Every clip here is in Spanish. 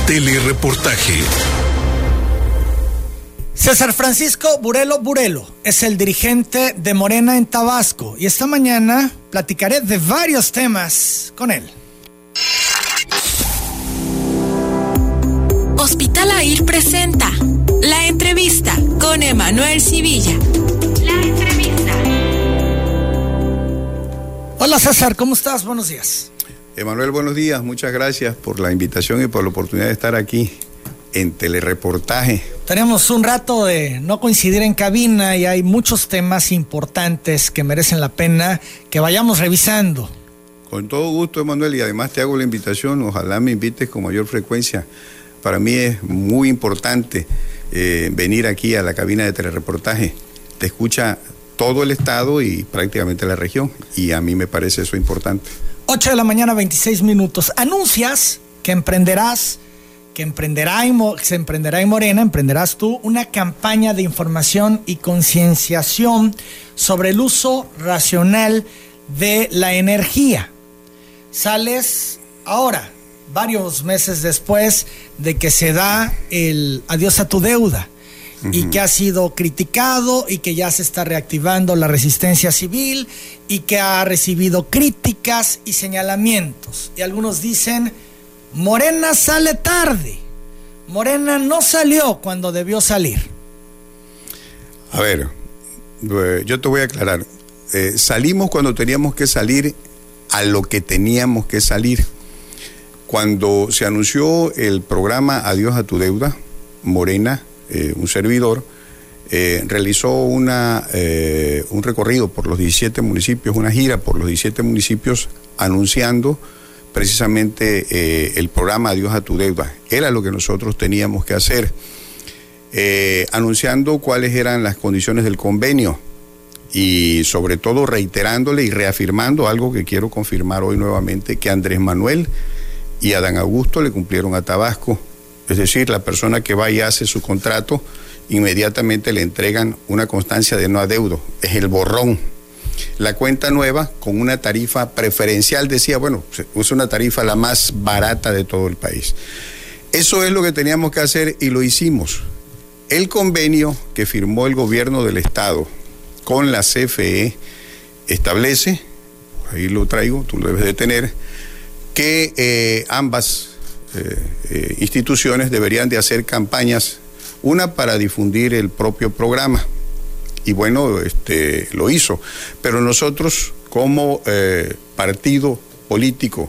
Telereportaje. César Francisco Burelo es el dirigente de Morena en Tabasco y esta mañana platicaré de varios temas con él. Hospital AIR presenta La Entrevista con Emanuel Civilla. La Entrevista. Hola César, ¿cómo estás? Buenos días. Emanuel, buenos días. Muchas gracias por la invitación y por la oportunidad de estar aquí en Telereportaje. Tenemos un rato de no coincidir en cabina y hay muchos temas importantes que merecen la pena que vayamos revisando. Con todo gusto, Emanuel, y además te hago la invitación. Ojalá me invites con mayor frecuencia. Para mí es muy importante venir aquí a la cabina de Telereportaje. Te escucha todo el estado y prácticamente la región, y a mí me parece eso importante. 8 de la mañana, 26 minutos. Anuncias que se emprenderá en Morena, emprenderás tú una campaña de información y concienciación sobre el uso racional de la energía. Sales ahora, varios meses después de que se da el adiós a tu deuda, y que ha sido criticado y que ya se está reactivando la resistencia civil y que ha recibido críticas y señalamientos. Y algunos dicen, Morena sale tarde, Morena no salió cuando debió salir. A ver, yo te voy a aclarar. Salimos cuando teníamos que salir a lo que teníamos que salir. Cuando se anunció el programa Adiós a tu deuda, Morena, un servidor, realizó un recorrido por los 17 municipios, una gira por los 17 municipios anunciando precisamente el programa Adiós a tu deuda. Era lo que nosotros teníamos que hacer, anunciando cuáles eran las condiciones del convenio y sobre todo reiterándole y reafirmando algo que quiero confirmar hoy nuevamente, que Andrés Manuel y Adán Augusto le cumplieron a Tabasco. Es decir, la persona que va y hace su contrato, inmediatamente le entregan una constancia de no adeudo. Es el borrón. La cuenta nueva, con una tarifa preferencial, decía, bueno, es una tarifa la más barata de todo el país. Eso es lo que teníamos que hacer y lo hicimos. El convenio que firmó el gobierno del Estado con la CFE establece, ahí lo traigo, tú lo debes de tener, que ambas instituciones deberían de hacer campañas, una para difundir el propio programa, y bueno, lo hizo, pero nosotros como partido político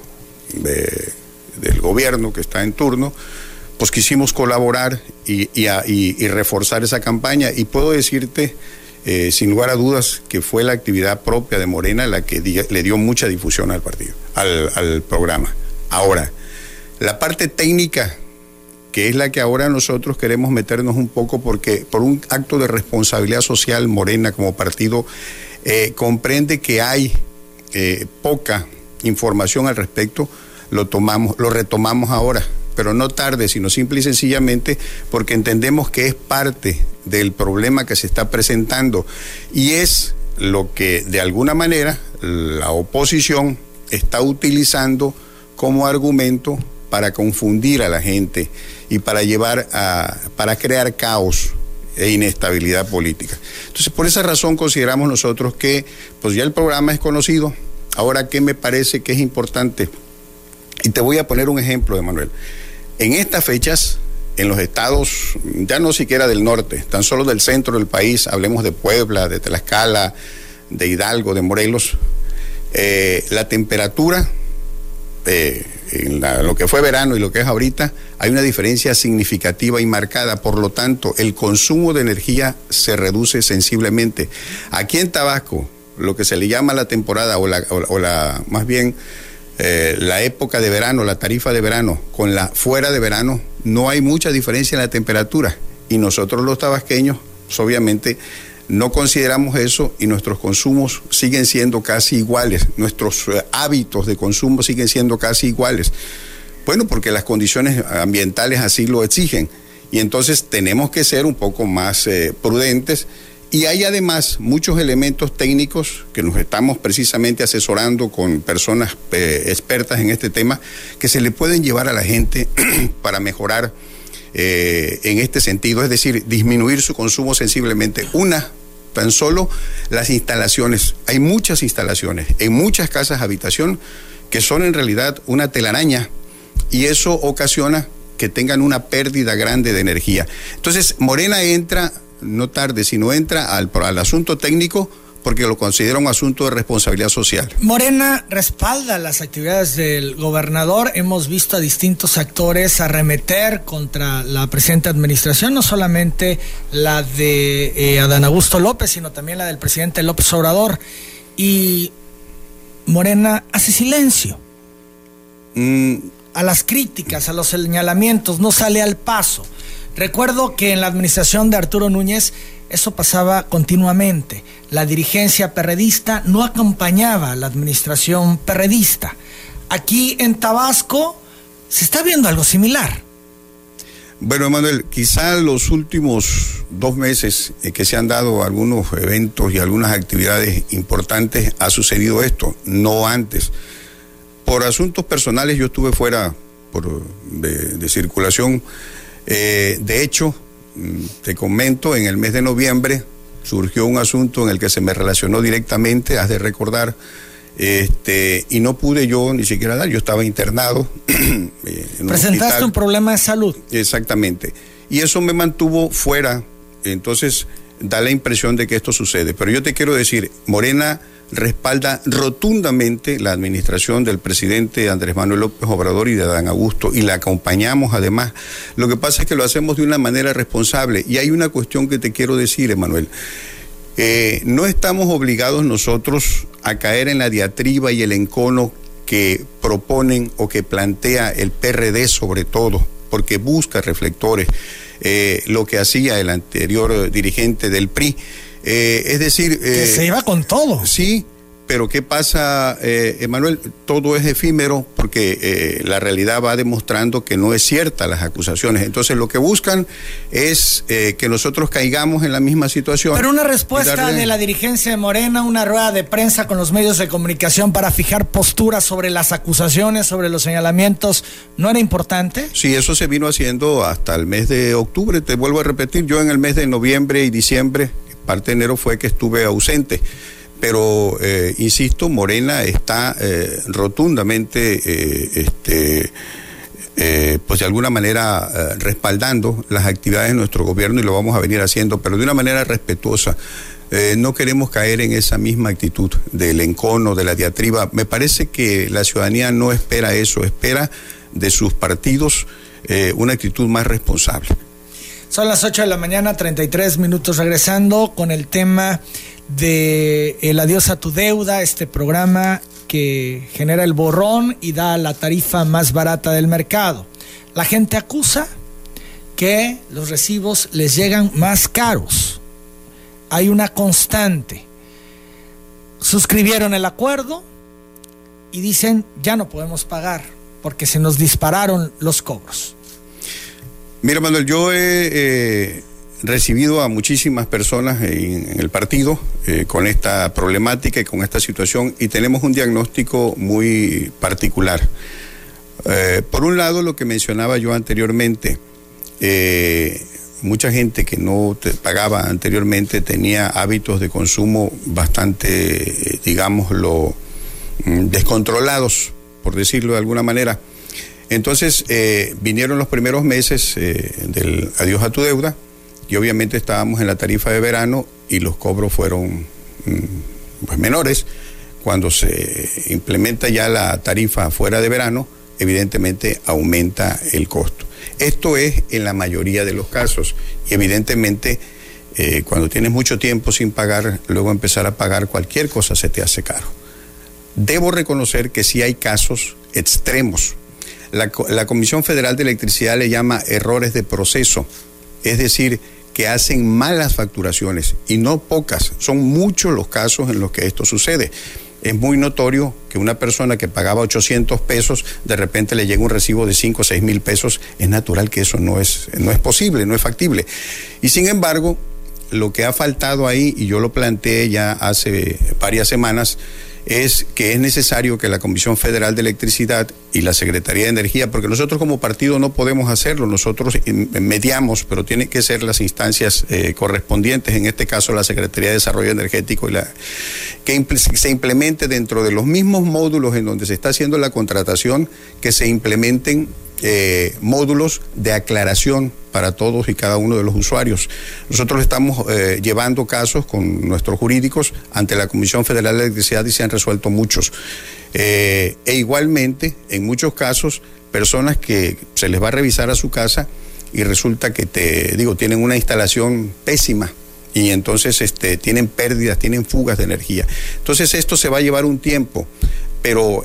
del gobierno que está en turno, pues quisimos colaborar y reforzar esa campaña, y puedo decirte sin lugar a dudas que fue la actividad propia de Morena la que le dio mucha difusión al partido, al programa. Ahora, la parte técnica, que es la que ahora nosotros queremos meternos un poco, porque por un acto de responsabilidad social, Morena como partido comprende que hay poca información al respecto, lo retomamos ahora, pero no tarde, sino simple y sencillamente porque entendemos que es parte del problema que se está presentando y es lo que de alguna manera la oposición está utilizando como argumento para confundir a la gente y para para crear caos e inestabilidad política. Entonces, por esa razón consideramos nosotros que pues ya el programa es conocido. Ahora, ¿qué me parece que es importante? Y te voy a poner un ejemplo, Emanuel. En estas fechas, en los estados, ya no siquiera del norte, tan solo del centro del país, hablemos de Puebla, de Tlaxcala, de Hidalgo, de Morelos, la temperatura, en lo que fue verano y lo que es ahorita, hay una diferencia significativa y marcada. Por lo tanto, el consumo de energía se reduce sensiblemente. Aquí en Tabasco, lo que se le llama la temporada más bien la época de verano, la tarifa de verano con la fuera de verano, no hay mucha diferencia en la temperatura, y nosotros los tabasqueños pues obviamente no consideramos eso, y nuestros consumos siguen siendo casi iguales, nuestros hábitos de consumo siguen siendo casi iguales. Bueno, porque las condiciones ambientales así lo exigen, y entonces tenemos que ser un poco más prudentes Y hay además muchos elementos técnicos que nos estamos precisamente asesorando con personas expertas en este tema, que se le pueden llevar a la gente para mejorar en este sentido, es decir, disminuir su consumo sensiblemente. Tan solo las instalaciones. Hay muchas instalaciones en muchas casas habitación que son en realidad una telaraña, y eso ocasiona que tengan una pérdida grande de energía. Entonces, Morena entra, no tarde, sino entra al asunto técnico, porque lo considera un asunto de responsabilidad social. Morena respalda las actividades del gobernador. Hemos visto a distintos actores arremeter contra la presente administración, no solamente la de Adán Augusto López, sino también la del presidente López Obrador. Y Morena hace silencio. A las críticas, a los señalamientos, no sale al paso. Recuerdo que en la administración de Arturo Núñez eso pasaba continuamente. La dirigencia perredista no acompañaba a la administración perredista. Aquí en Tabasco se está viendo algo similar. Bueno, Emanuel, quizá los últimos 2 meses que se han dado algunos eventos y algunas actividades importantes ha sucedido esto, no antes. Por asuntos personales yo estuve fuera de circulación. De hecho, te comento, en el mes de noviembre surgió un asunto en el que se me relacionó directamente, has de recordar, y no pude yo ni siquiera dar, yo estaba internado. ¿Presentaste un problema de salud? Exactamente, y eso me mantuvo fuera. Entonces da la impresión de que esto sucede, pero yo te quiero decir, Morena respalda rotundamente la administración del presidente Andrés Manuel López Obrador y de Adán Augusto, y la acompañamos además. Lo que pasa es que lo hacemos de una manera responsable, y hay una cuestión que te quiero decir, Emanuel. No estamos obligados nosotros a caer en la diatriba y el encono que proponen o que plantea el PRD, sobre todo, porque busca reflectores, lo que hacía el anterior dirigente del PRI. Es decir... que se iba con todo. Sí, pero ¿qué pasa, Emanuel? Todo es efímero, porque la realidad va demostrando que no es cierta las acusaciones. Entonces lo que buscan es que nosotros caigamos en la misma situación. Pero una respuesta de la dirigencia de Morena, una rueda de prensa con los medios de comunicación para fijar posturas sobre las acusaciones, sobre los señalamientos, ¿no era importante? Sí, eso se vino haciendo hasta el mes de octubre. Te vuelvo a repetir, yo en el mes de noviembre y diciembre, parte de enero fue que estuve ausente, pero insisto, Morena está rotundamente pues de alguna manera respaldando las actividades de nuestro gobierno, y lo vamos a venir haciendo, pero de una manera respetuosa. No queremos caer en esa misma actitud del encono, de la diatriba. Me parece que la ciudadanía no espera eso, espera de sus partidos una actitud más responsable. Son las 8 de la mañana, 33 minutos, regresando con el tema de El Adiós a tu Deuda, este programa que genera el borrón y da la tarifa más barata del mercado. La gente acusa que los recibos les llegan más caros. Hay una constante. Suscribieron el acuerdo y dicen, ya no podemos pagar porque se nos dispararon los cobros. Mira, Manuel, yo he recibido a muchísimas personas en el partido con esta problemática y con esta situación, y tenemos un diagnóstico muy particular. Por un lado, lo que mencionaba yo anteriormente, mucha gente que no pagaba anteriormente tenía hábitos de consumo bastante, digámoslo, descontrolados, por decirlo de alguna manera. Entonces vinieron los primeros meses del Adiós a tu Deuda, y obviamente estábamos en la tarifa de verano y los cobros fueron pues menores. Cuando se implementa ya la tarifa fuera de verano, evidentemente aumenta el costo. Esto es en la mayoría de los casos, y evidentemente cuando tienes mucho tiempo sin pagar, luego empezar a pagar cualquier cosa se te hace caro. Debo reconocer que sí hay casos extremos. La Comisión Federal de Electricidad le llama errores de proceso, es decir, que hacen malas facturaciones, y no pocas, son muchos los casos en los que esto sucede. Es muy notorio que una persona que pagaba 800 pesos, de repente le llega un recibo de 5 o 6 mil pesos. Es natural que eso no es posible, no es factible. Y sin embargo, lo que ha faltado ahí, y yo lo planteé ya hace varias semanas, es que es necesario que la Comisión Federal de Electricidad y la Secretaría de Energía, porque nosotros como partido no podemos hacerlo, nosotros mediamos, pero tienen que ser las instancias correspondientes, en este caso la Secretaría de Desarrollo Energético, que se implemente dentro de los mismos módulos en donde se está haciendo la contratación, que se implementen módulos de aclaración para todos y cada uno de los usuarios. Nosotros estamos llevando casos con nuestros jurídicos ante la Comisión Federal de Electricidad y se han resuelto muchos. E igualmente, en muchos casos, personas que se les va a revisar a su casa y resulta que tienen una instalación pésima y entonces tienen pérdidas, tienen fugas de energía. Entonces esto se va a llevar un tiempo, pero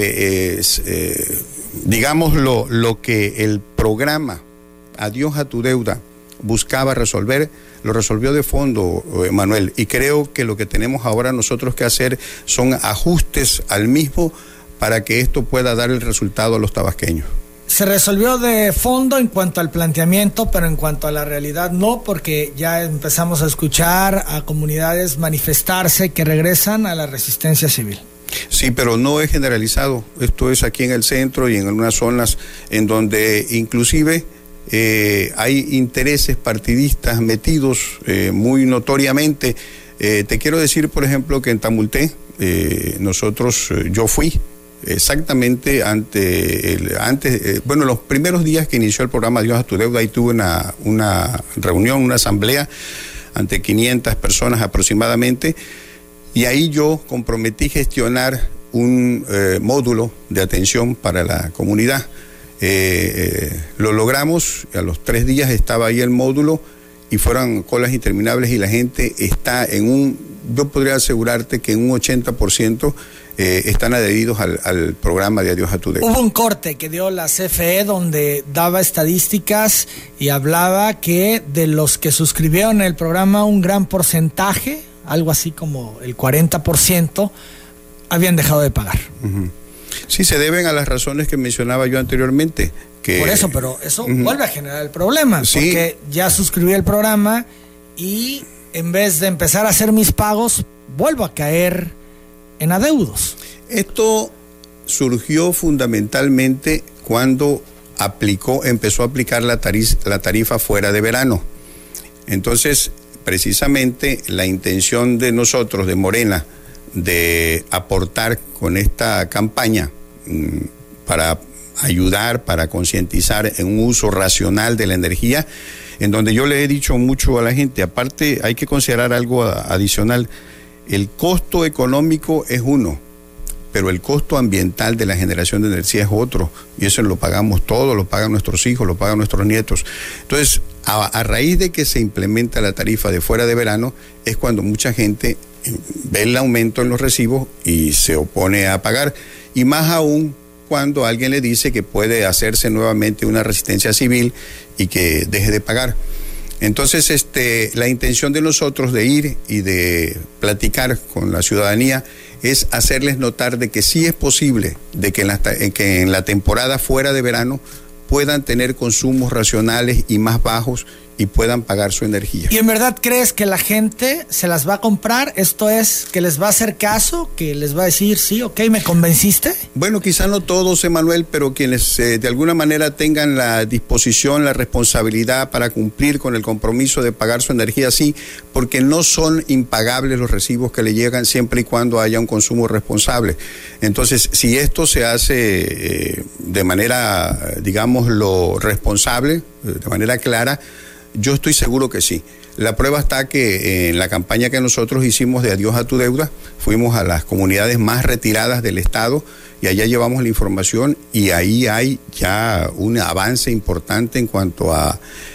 digamos lo que el programa Adiós a tu Deuda buscaba resolver, lo resolvió de fondo, Manuel, y creo que lo que tenemos ahora nosotros que hacer son ajustes al mismo para que esto pueda dar el resultado a los tabasqueños. Se resolvió de fondo en cuanto al planteamiento, pero en cuanto a la realidad no, porque ya empezamos a escuchar a comunidades manifestarse que regresan a la resistencia civil. Sí, pero no es generalizado. Esto es aquí en el centro y en algunas zonas en donde inclusive hay intereses partidistas metidos muy notoriamente. Te quiero decir, por ejemplo, que en Tamulté yo fui exactamente los primeros días que inició el programa Adiós a tu Deuda. Ahí tuve una reunión, una asamblea ante 500 personas aproximadamente. Y ahí yo comprometí gestionar un módulo de atención para la comunidad. Lo logramos, a los 3 días estaba ahí el módulo y fueron colas interminables y la gente está yo podría asegurarte que en un 80% están adheridos al programa de Adiós a tu Deuda. Hubo un corte que dio la CFE donde daba estadísticas y hablaba que de los que suscribieron el programa un gran porcentaje, algo así como el 40%, habían dejado de pagar. Uh-huh. Sí, se deben a las razones que mencionaba yo anteriormente. Por eso, pero eso vuelve a generar el problema, sí. Porque ya suscribí el programa y en vez de empezar a hacer mis pagos, vuelvo a caer en adeudos. Esto surgió fundamentalmente cuando empezó a aplicar la tarifa fuera de verano. Entonces, precisamente la intención de nosotros, de Morena, de aportar con esta campaña para ayudar, para concientizar en un uso racional de la energía, en donde yo le he dicho mucho a la gente, aparte hay que considerar algo adicional, el costo económico es uno, pero el costo ambiental de la generación de energía es otro, y eso lo pagamos todos, lo pagan nuestros hijos, lo pagan nuestros nietos. Entonces, a raíz de que se implementa la tarifa de fuera de verano, es cuando mucha gente ve el aumento en los recibos y se opone a pagar, y más aún cuando alguien le dice que puede hacerse nuevamente una resistencia civil y que deje de pagar. Entonces, la intención de nosotros de ir y de platicar con la ciudadanía es hacerles notar de que sí es posible, de que en la temporada fuera de verano puedan tener consumos racionales y más bajos y puedan pagar su energía. ¿Y en verdad crees que la gente se las va a comprar? Esto es, que les va a hacer caso, que les va a decir, sí, ok, ¿me convenciste? Bueno, quizá no todos, Emanuel, pero quienes de alguna manera tengan la disposición, la responsabilidad para cumplir con el compromiso de pagar su energía, sí, porque no son impagables los recibos que le llegan siempre y cuando haya un consumo responsable. Entonces, si esto se hace de manera, digámoslo, responsable, de manera clara, yo estoy seguro que sí. La prueba está que en la campaña que nosotros hicimos de Adiós a tu Deuda, fuimos a las comunidades más retiradas del estado y allá llevamos la información y ahí hay ya un avance importante en cuanto a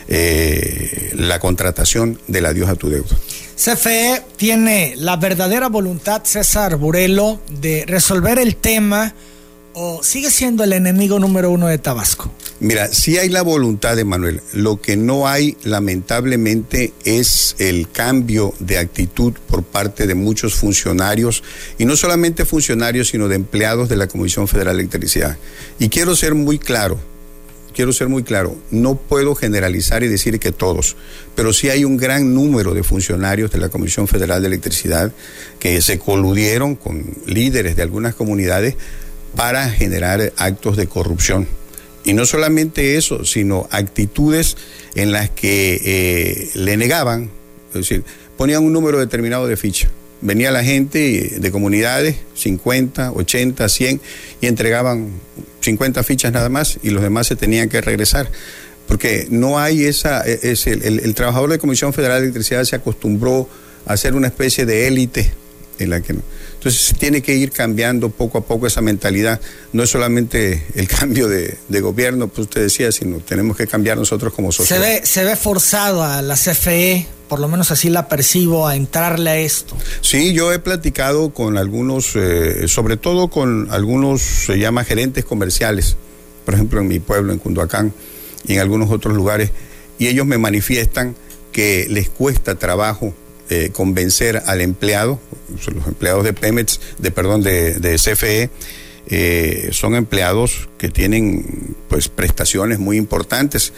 la contratación del Adiós a tu Deuda. CFE tiene la verdadera voluntad, César Burelo, de resolver el tema, ¿o sigue siendo el enemigo número 1 de Tabasco? Mira, sí hay la voluntad, Emanuel. Lo que no hay, lamentablemente, es el cambio de actitud por parte de muchos funcionarios, y no solamente funcionarios, sino de empleados de la Comisión Federal de Electricidad. Y quiero ser muy claro, quiero ser muy claro, no puedo generalizar y decir que todos, pero sí hay un gran número de funcionarios de la Comisión Federal de Electricidad que se coludieron con líderes de algunas comunidades para generar actos de corrupción. Y no solamente eso, sino actitudes en las que le negaban, es decir, ponían un número determinado de ficha. Venía la gente de comunidades, 50, 80, 100, y entregaban 50 fichas nada más, y los demás se tenían que regresar. Porque no hay el trabajador de Comisión Federal de Electricidad se acostumbró a ser una especie de élite en la que no. Entonces tiene que ir cambiando poco a poco esa mentalidad. No es solamente el cambio de gobierno, pues usted decía, sino tenemos que cambiar nosotros como sociedad. Se ve forzado a la CFE, por lo menos así la percibo, a entrarle a esto. Sí, yo he platicado con algunos, sobre todo con algunos, se llama gerentes comerciales, por ejemplo en mi pueblo, en Cunduacán, y en algunos otros lugares, y ellos me manifiestan que les cuesta trabajo convencer al empleado. Los empleados de Pemex, de CFE, son empleados que tienen pues prestaciones muy importantes,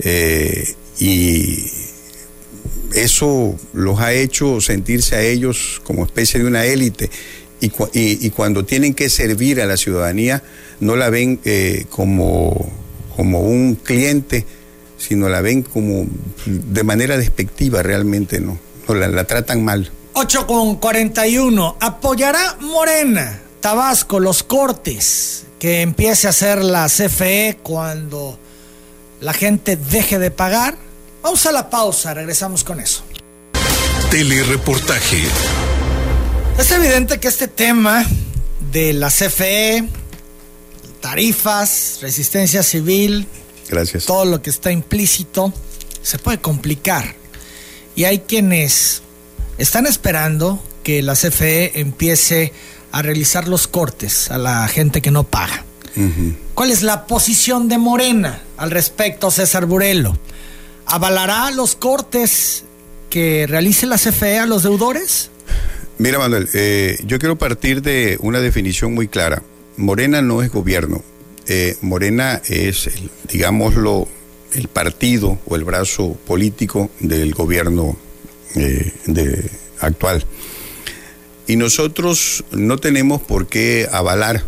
y eso los ha hecho sentirse a ellos como especie de una élite, y cuando tienen que servir a la ciudadanía no la ven como un cliente, sino la ven como de manera despectiva. Realmente no la tratan mal. 8:41. ¿Apoyará Morena, Tabasco, los cortes que empiece a hacer la CFE cuando la gente deje de pagar? Vamos a la pausa, regresamos con eso. Telereportaje. Es evidente que este tema de la CFE, tarifas, resistencia civil, gracias, todo lo que está implícito, se puede complicar. Y hay quienes están esperando que la CFE empiece a realizar los cortes a la gente que no paga. Uh-huh. ¿Cuál es la posición de Morena al respecto, César Burelo? ¿Avalará los cortes que realice la CFE a los deudores? Mira, Manuel, yo quiero partir de una definición muy clara. Morena no es gobierno. Morena es, digámoslo, el partido o el brazo político del gobierno actual. Y nosotros no tenemos por qué avalar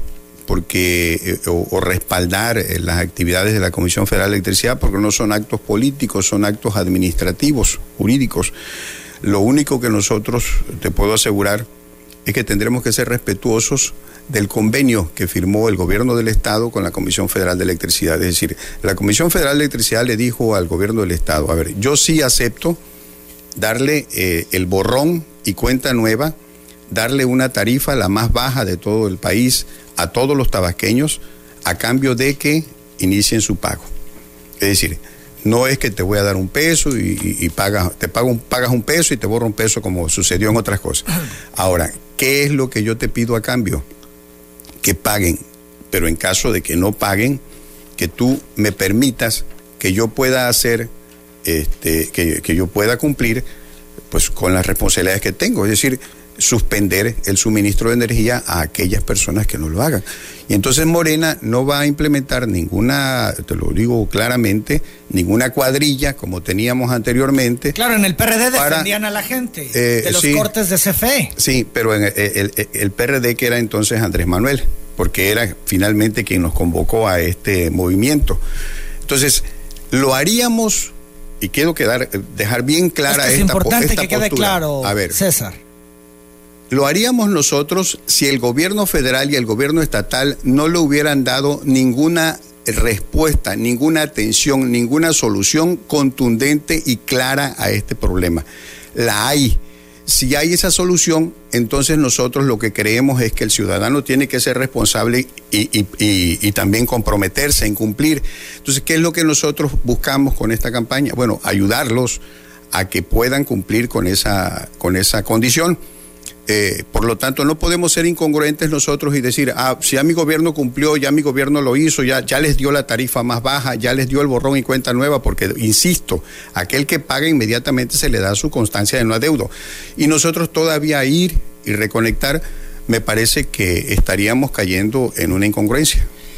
o respaldar las actividades de la Comisión Federal de Electricidad, porque no son actos políticos, son actos administrativos, jurídicos. Lo único que nosotros, te puedo asegurar, es que tendremos que ser respetuosos del convenio que firmó el gobierno del Estado con la Comisión Federal de Electricidad. Es decir, la Comisión Federal de Electricidad le dijo al gobierno del Estado, a ver, yo sí acepto darle el borrón y cuenta nueva, darle una tarifa la más baja de todo el país a todos los tabasqueños a cambio de que inicien su pago. Es decir, no es que te voy a dar $1 y pagas $1 y te borro $1 como sucedió en otras cosas. Ahora, ¿qué es lo que yo te pido a cambio? Que paguen, pero en caso de que no paguen, que tú me permitas que yo pueda hacer, que yo pueda cumplir pues con las responsabilidades que tengo, es decir, suspender el suministro de energía a aquellas personas que no lo hagan. Y entonces Morena no va a implementar ninguna, te lo digo claramente, ninguna cuadrilla como teníamos anteriormente. Claro, en el PRD defendían a la gente de los cortes de CFE. Sí, pero en el PRD, que era entonces Andrés Manuel, porque era finalmente quien nos convocó a este movimiento. Entonces, lo haríamos, y quiero dejar bien clara esta postura. Es importante que quede claro, a ver, César. Lo haríamos nosotros si el gobierno federal y el gobierno estatal no le hubieran dado ninguna respuesta, ninguna atención, ninguna solución contundente y clara a este problema. La hay. Si hay esa solución, entonces nosotros lo que creemos es que el ciudadano tiene que ser responsable y también comprometerse en cumplir. Entonces, ¿qué es lo que nosotros buscamos con esta campaña? Bueno, ayudarlos a que puedan cumplir con esa condición. Por lo tanto, no podemos ser incongruentes nosotros y decir, si ya mi gobierno cumplió, ya mi gobierno lo hizo, ya les dio la tarifa más baja, ya les dio el borrón y cuenta nueva, porque, insisto, aquel que paga inmediatamente se le da su constancia de no adeudo. Y nosotros todavía ir y reconectar, me parece que estaríamos cayendo en una incongruencia.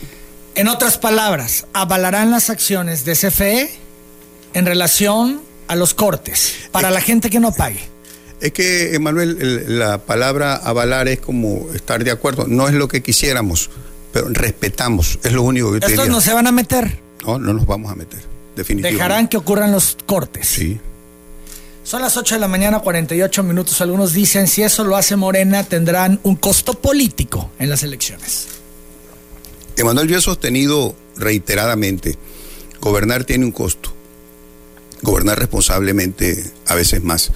En otras palabras, avalarán las acciones de CFE en relación a los cortes para la gente que no pague. Es que, Emanuel, la palabra avalar es como estar de acuerdo. No es lo que quisiéramos, pero respetamos. Es lo único que te diría. ¿Estos no se van a meter? No nos vamos a meter, definitivamente. ¿Dejarán que ocurran los cortes? Sí. Son las 8 de la mañana, 48 minutos. Algunos dicen, si eso lo hace Morena, tendrán un costo político en las elecciones. Emanuel, yo he sostenido reiteradamente, gobernar tiene un costo. Gobernar responsablemente a veces más.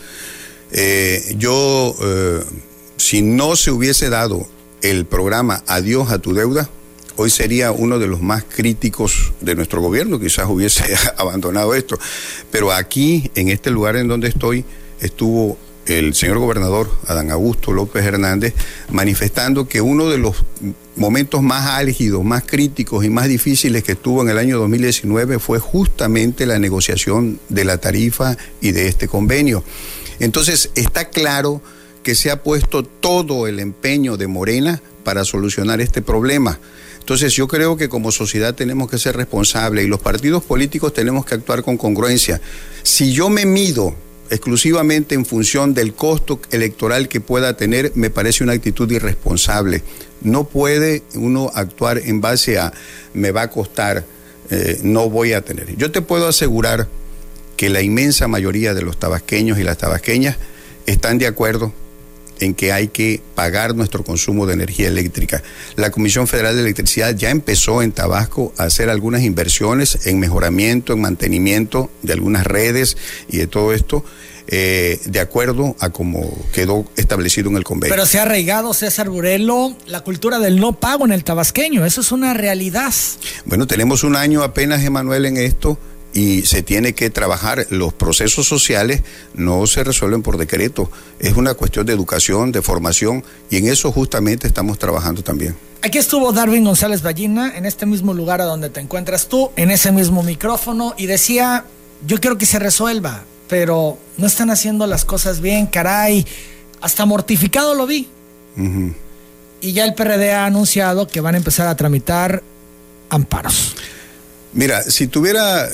Si no se hubiese dado el programa Adiós a tu deuda, hoy sería uno de los más críticos de nuestro gobierno, quizás hubiese abandonado esto. Pero aquí, en este lugar en donde estoy, estuvo el señor gobernador Adán Augusto López Hernández manifestando que uno de los momentos más álgidos, más críticos y más difíciles que estuvo en el año 2019 fue justamente la negociación de la tarifa y de este convenio. Entonces, está claro que se ha puesto todo el empeño de Morena para solucionar este problema. Entonces, yo creo que como sociedad tenemos que ser responsables y los partidos políticos tenemos que actuar con congruencia. Si yo me mido exclusivamente en función del costo electoral que pueda tener, me parece una actitud irresponsable. No puede uno actuar en base a me va a costar, no voy a tener. Yo te puedo asegurar que la inmensa mayoría de los tabasqueños y las tabasqueñas están de acuerdo en que hay que pagar nuestro consumo de energía eléctrica. La Comisión Federal de Electricidad ya empezó en Tabasco a hacer algunas inversiones en mejoramiento, en mantenimiento de algunas redes y de todo esto, de acuerdo a como quedó establecido en el convenio. Pero se ha arraigado, César Burelo, la cultura del no pago en el tabasqueño. Eso es una realidad. Bueno, tenemos un año apenas, Emanuel, en esto. Y se tiene que trabajar. Los procesos sociales no se resuelven por decreto, es una cuestión de educación, de formación, y en eso justamente estamos trabajando también. Aquí estuvo Darwin González Ballina, en este mismo lugar a donde te encuentras tú, en ese mismo micrófono, y decía, yo quiero que se resuelva, pero no están haciendo las cosas bien, caray, hasta mortificado lo vi. Uh-huh. Y ya el PRD ha anunciado que van a empezar a tramitar amparos. Mira, si tuviera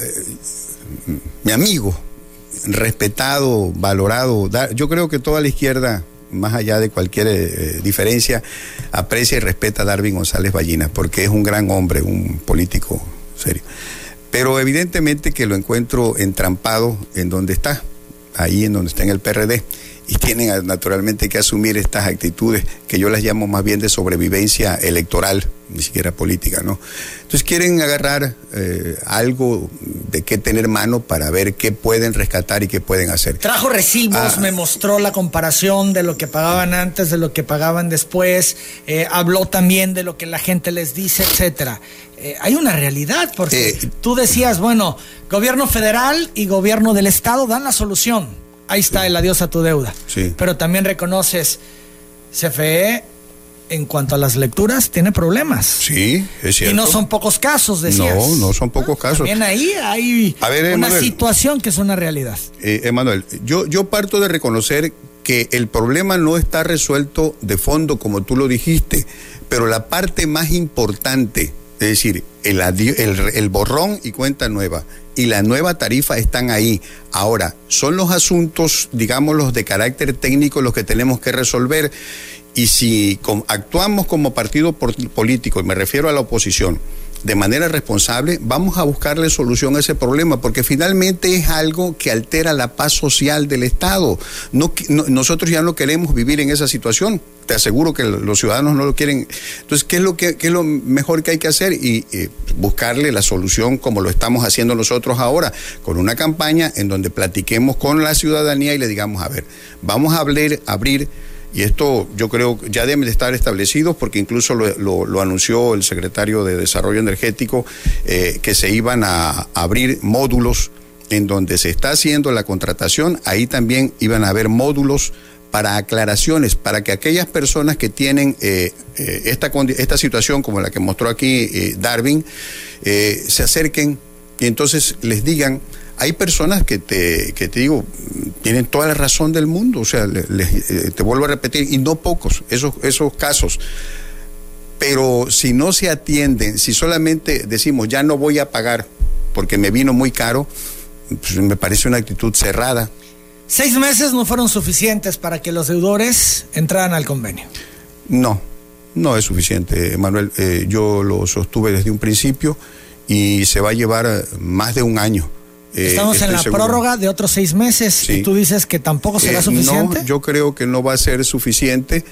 mi amigo respetado, valorado, yo creo que toda la izquierda, más allá de cualquier diferencia, aprecia y respeta a Darwin González Ballina, porque es un gran hombre, un político serio. Pero evidentemente que lo encuentro entrampado en donde está, ahí en donde está en el PRD. Y tienen naturalmente que asumir estas actitudes que yo las llamo más bien de sobrevivencia electoral, ni siquiera política, ¿no? Entonces quieren agarrar algo de qué tener mano para ver qué pueden rescatar y qué pueden hacer. Trajo recibos, me mostró la comparación de lo que pagaban antes, de lo que pagaban después, habló también de lo que la gente les dice, etcétera. Hay una realidad, porque tú decías, bueno, gobierno federal y gobierno del estado dan la solución. Ahí está el adiós a tu deuda. Sí. Pero también reconoces, CFE, en cuanto a las lecturas, tiene problemas. Sí, es cierto. Y no son pocos casos, decías. No son pocos casos. También ahí hay una situación que es una realidad. Emanuel, yo parto de reconocer que el problema no está resuelto de fondo, como tú lo dijiste, pero la parte más importante, es decir, el borrón y cuenta nueva y la nueva tarifa están ahí. Ahora, son los asuntos, digamos, los de carácter técnico los que tenemos que resolver. Y si actuamos como partido político, y me refiero a la oposición, de manera responsable, vamos a buscarle solución a ese problema, porque finalmente es algo que altera la paz social del Estado. Nosotros ya no queremos vivir en esa situación. Te aseguro que los ciudadanos no lo quieren. Entonces, ¿qué es lo mejor que hay que hacer? Y buscarle la solución como lo estamos haciendo nosotros ahora, con una campaña en donde platiquemos con la ciudadanía y le digamos, a ver, vamos a abrir. Y esto yo creo que ya deben de estar establecidos, porque incluso lo anunció el secretario de Desarrollo Energético, que se iban a abrir módulos en donde se está haciendo la contratación. Ahí también iban a haber módulos para aclaraciones, para que aquellas personas que tienen esta situación como la que mostró aquí Darwin, se acerquen y entonces les digan. Hay personas que te digo, tienen toda la razón del mundo, o sea, te vuelvo a repetir, y no pocos, esos casos. Pero si no se atienden, si solamente decimos ya no voy a pagar porque me vino muy caro, pues me parece una actitud cerrada. 6 meses no fueron suficientes para que los deudores entraran al convenio. No es suficiente, Manuel. Yo lo sostuve desde un principio y se va a llevar más de un año. Estamos en la prórroga de otros 6 meses, sí. Y tú dices que tampoco será suficiente. No, yo creo que no va a ser suficiente.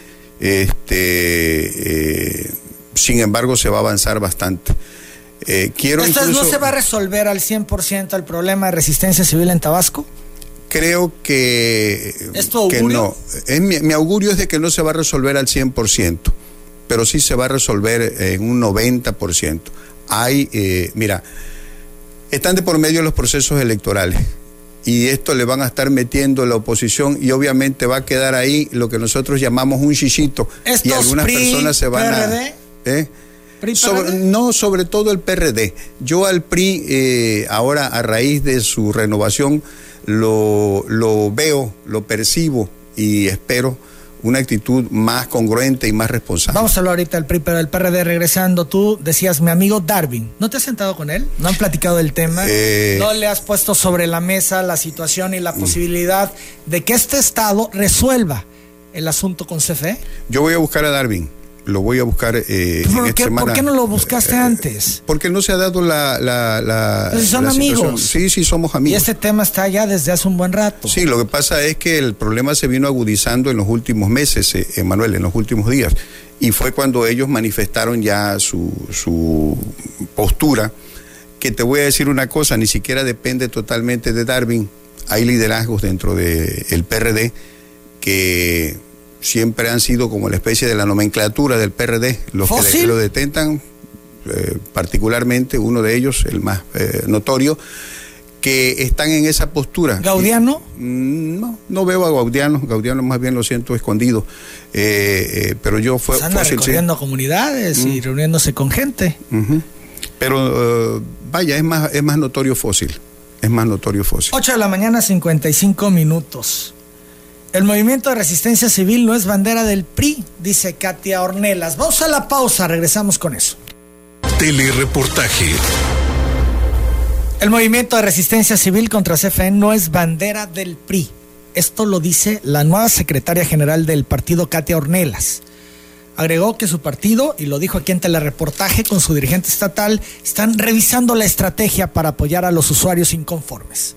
Sin embargo, se va a avanzar bastante. Entonces, ¿no se va a resolver al 100% el problema de resistencia civil en Tabasco? Creo que... ¿Es tu augurio? Que no. Mi augurio es de que no se va a resolver al 100%, pero sí se va a resolver en un 90%. Mira, están de por medio los procesos electorales y esto le van a estar metiendo la oposición y obviamente va a quedar ahí lo que nosotros llamamos un chichito. Y algunas personas se van PRD, sobre todo el PRD. Yo al PRI, ahora a raíz de su renovación, lo veo, lo percibo y espero una actitud más congruente y más responsable. Vamos a hablar ahorita del PRI, pero del PRD regresando. Tú decías, mi amigo Darwin, ¿no te has sentado con él? ¿No han platicado del tema? ¿No le has puesto sobre la mesa la situación y la posibilidad de que este Estado resuelva el asunto con CFE? Yo voy a buscar a Darwin. Lo voy a buscar ¿Por qué no lo buscaste antes? Porque no se ha dado Pues son amigos. Sí, somos amigos. Y este tema está ya desde hace un buen rato. Sí, lo que pasa es que el problema se vino agudizando en los últimos meses, Manuel, en los últimos días. Y fue cuando ellos manifestaron ya su postura, que te voy a decir una cosa, ni siquiera depende totalmente de Darwin. Hay liderazgos dentro del PRD que siempre han sido como la especie de la nomenclatura del PRD, los que lo detentan, particularmente uno de ellos, el más notorio, que están en esa postura. ¿Gaudiano? No veo a Gaudiano más bien lo siento escondido, pero yo fue... Anda recorriendo comunidades y reuniéndose con gente. Pero vaya, es más notorio Fósil, 8 de la mañana, 55 minutos. El movimiento de resistencia civil no es bandera del PRI, dice Katia Ornelas. Vamos a la pausa, regresamos con eso. Telereportaje. El movimiento de resistencia civil contra CFE no es bandera del PRI. Esto lo dice la nueva secretaria general del partido, Katia Ornelas. Agregó que su partido, y lo dijo aquí en Telereportaje con su dirigente estatal, están revisando la estrategia para apoyar a los usuarios inconformes.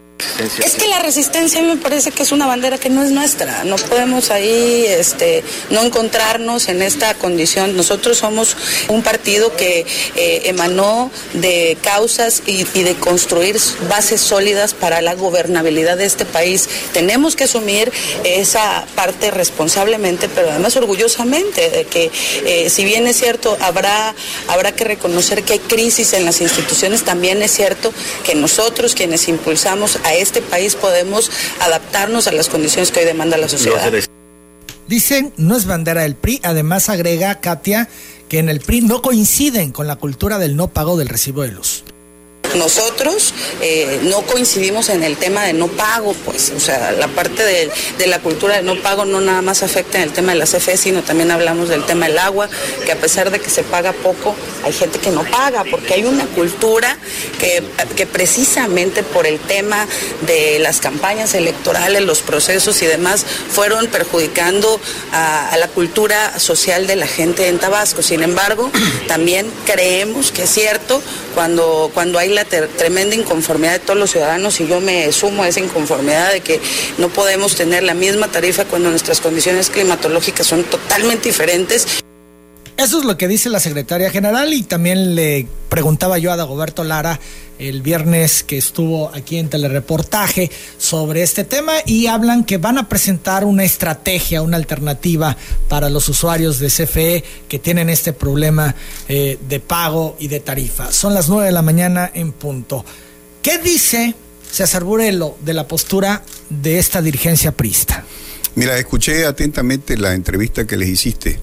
Es que la resistencia a mí me parece que es una bandera que no es nuestra, no podemos ahí no encontrarnos en esta condición. Nosotros somos un partido que emanó de causas y de construir bases sólidas para la gobernabilidad de este país. Tenemos que asumir esa parte responsablemente, pero además orgullosamente, de que si bien es cierto, habrá que reconocer que hay crisis en las instituciones, también es cierto que nosotros, quienes impulsamos a este país, podemos adaptarnos a las condiciones que hoy demanda la sociedad. Dicen, no es bandera del PRI. Además agrega Katia que en el PRI no coinciden con la cultura del no pago del recibo de luz. Nosotros no coincidimos en el tema de no pago, pues, o sea, la parte de la cultura de no pago no nada más afecta en el tema de la CFE, sino también hablamos del tema del agua, que a pesar de que se paga poco, hay gente que no paga, porque hay una cultura que precisamente por el tema de las campañas electorales, los procesos y demás, fueron perjudicando a la cultura social de la gente en Tabasco. Sin embargo, también creemos que es cierto cuando hay la tremenda inconformidad de todos los ciudadanos, y yo me sumo a esa inconformidad de que no podemos tener la misma tarifa cuando nuestras condiciones climatológicas son totalmente diferentes. Eso es lo que dice la secretaria general, y también le preguntaba yo a Dagoberto Lara el viernes que estuvo aquí en Telereportaje sobre este tema, y hablan que van a presentar una estrategia, una alternativa para los usuarios de CFE que tienen este problema de pago y de tarifa. Son las 9 de la mañana en punto. ¿Qué dice César Burelo de la postura de esta dirigencia priista? Mira, escuché atentamente la entrevista que les hiciste.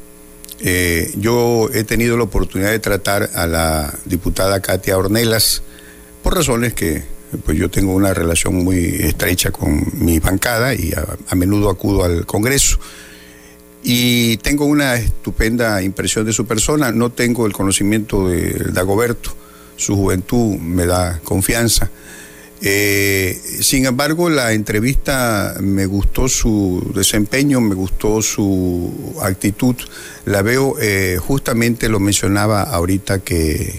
Yo he tenido la oportunidad de tratar a la diputada Katia Ornelas por razones que pues yo tengo una relación muy estrecha con mi bancada y a menudo acudo al Congreso. y tengo una estupenda impresión de su persona. No tengo el conocimiento de Dagoberto, su juventud me da confianza. Sin embargo, la entrevista me gustó su desempeño, me gustó su actitud. La veo, justamente lo mencionaba ahorita que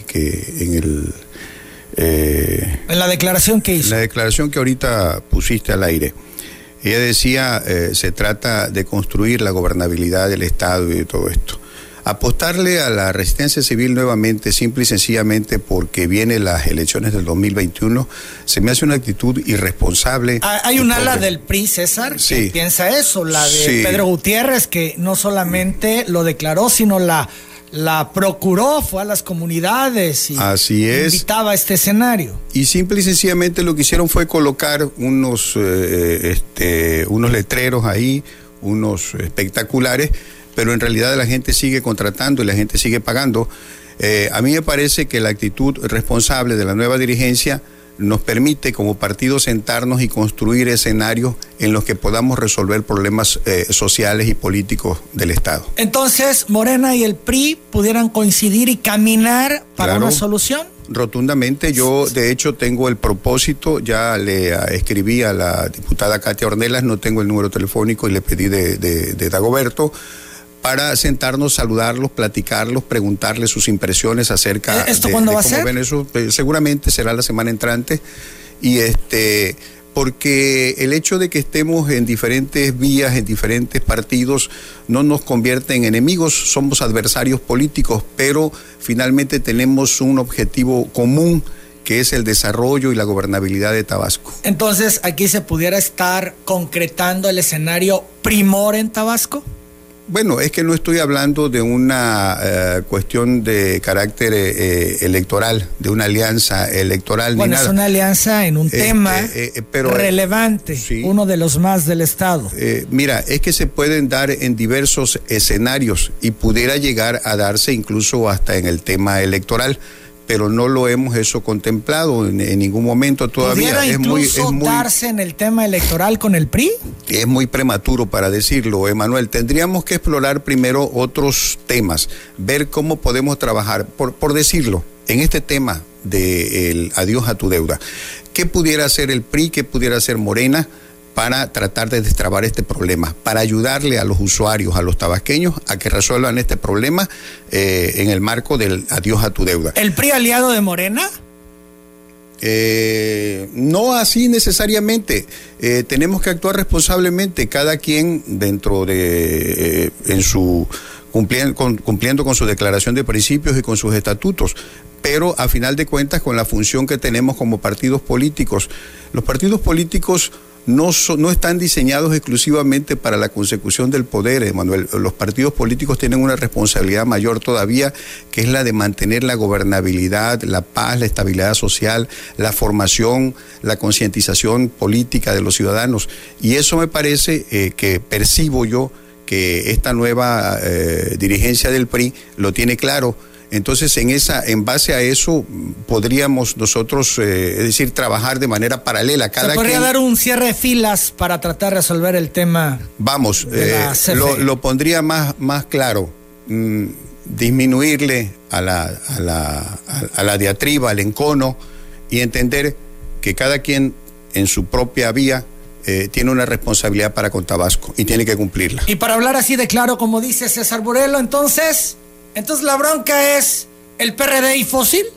en la declaración que hizo. La declaración que ahorita pusiste al aire. Ella decía, se trata de construir la gobernabilidad del Estado y de todo esto. Apostarle a la resistencia civil nuevamente, simple y sencillamente porque vienen las elecciones del 2021, se me hace una actitud irresponsable. Hay un ala del PRI, César, sí, que piensa eso, la de sí, Pedro Gutiérrez, que no solamente lo declaró, sino la procuró, fue a las comunidades y así es, invitaba a este escenario. Y simple y sencillamente lo que hicieron fue colocar unos letreros ahí, unos espectaculares, pero en realidad la gente sigue contratando y la gente sigue pagando. A mí me parece que la actitud responsable de la nueva dirigencia nos permite como partido sentarnos y construir escenarios en los que podamos resolver problemas sociales y políticos del Estado. Entonces, Morena y el PRI pudieran coincidir y caminar para una solución. Rotundamente, yo de hecho tengo el propósito, ya le escribí a la diputada Katia Ornelas, no tengo el número telefónico y le pedí de Dagoberto, para sentarnos, saludarlos, platicarlos, preguntarles sus impresiones acerca ¿Esto cuándo va a ser? Ven eso. Seguramente será la semana entrante, y porque el hecho de que estemos en diferentes vías, en diferentes partidos, no nos convierte en enemigos, somos adversarios políticos, pero finalmente tenemos un objetivo común, que es el desarrollo y la gobernabilidad de Tabasco. Entonces, ¿aquí se pudiera estar concretando el escenario Primor en Tabasco? Bueno, es que no estoy hablando de una cuestión de carácter electoral, de una alianza electoral. Bueno, ni nada. Es una alianza en un tema pero, relevante, sí, uno de los más del Estado. Mira, es que se pueden dar en diversos escenarios y pudiera llegar a darse incluso hasta en el tema electoral, pero no lo hemos eso contemplado en ningún momento todavía. ¿Pudiera incluso darse en el tema electoral con el PRI? Es muy prematuro para decirlo, Emanuel. Tendríamos que explorar primero otros temas, ver cómo podemos trabajar, por decirlo, en este tema del adiós a tu deuda. ¿Qué pudiera hacer el PRI, qué pudiera hacer Morena para tratar de destrabar este problema, para ayudarle a los usuarios, a los tabasqueños, a que resuelvan este problema en el marco del adiós a tu deuda? ¿El PRI aliado de Morena? No así necesariamente. Tenemos que actuar responsablemente, cada quien dentro de cumpliendo con su declaración de principios y con sus estatutos, pero a final de cuentas con la función que tenemos como partidos políticos. Los partidos políticos no están diseñados exclusivamente para la consecución del poder, Emanuel. Los partidos políticos tienen una responsabilidad mayor todavía, que es la de mantener la gobernabilidad, la paz, la estabilidad social, la formación, la concientización política de los ciudadanos. Y eso me parece que percibo yo que esta nueva dirigencia del PRI lo tiene claro. Entonces, en base a eso, podríamos nosotros, es decir, trabajar de manera paralela. ¿Se podría dar un cierre de filas para tratar de resolver el tema? Vamos, lo pondría más claro, disminuirle a la diatriba, al encono, y entender que cada quien en su propia vía tiene una responsabilidad para con Tabasco y tiene que cumplirla. Y para hablar así de claro, como dice César Burelo, entonces la bronca es el PRD y Fósil.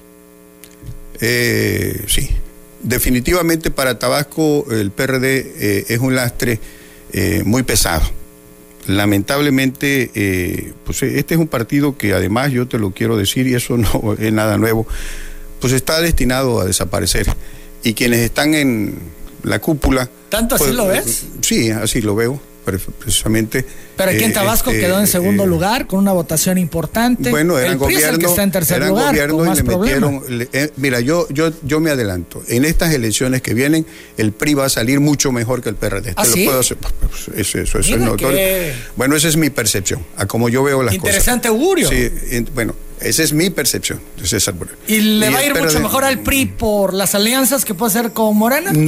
Sí, definitivamente para Tabasco el PRD es un lastre muy pesado. Lamentablemente, pues este es un partido que además, yo te lo quiero decir, y eso no es nada nuevo, pues está destinado a desaparecer. Y quienes están en la cúpula... ¿Tanto así lo ves? Sí, así lo veo, precisamente. Pero aquí en Tabasco quedó en segundo lugar con una votación importante. Bueno, eran gobierno, que está en tercer lugar, gobierno, y le metieron. Mira, yo me adelanto. En estas elecciones que vienen, el PRI va a salir mucho mejor que el PRD. ¿Ah, sí? Lo puedo hacer. Eso es notorio. Bueno, esa es mi percepción, a como yo veo las cosas. Interesante augurio. Sí, bueno, esa es mi percepción, César. ¿Y le va a ir mucho mejor al PRI por las alianzas que puede hacer con Morena? No,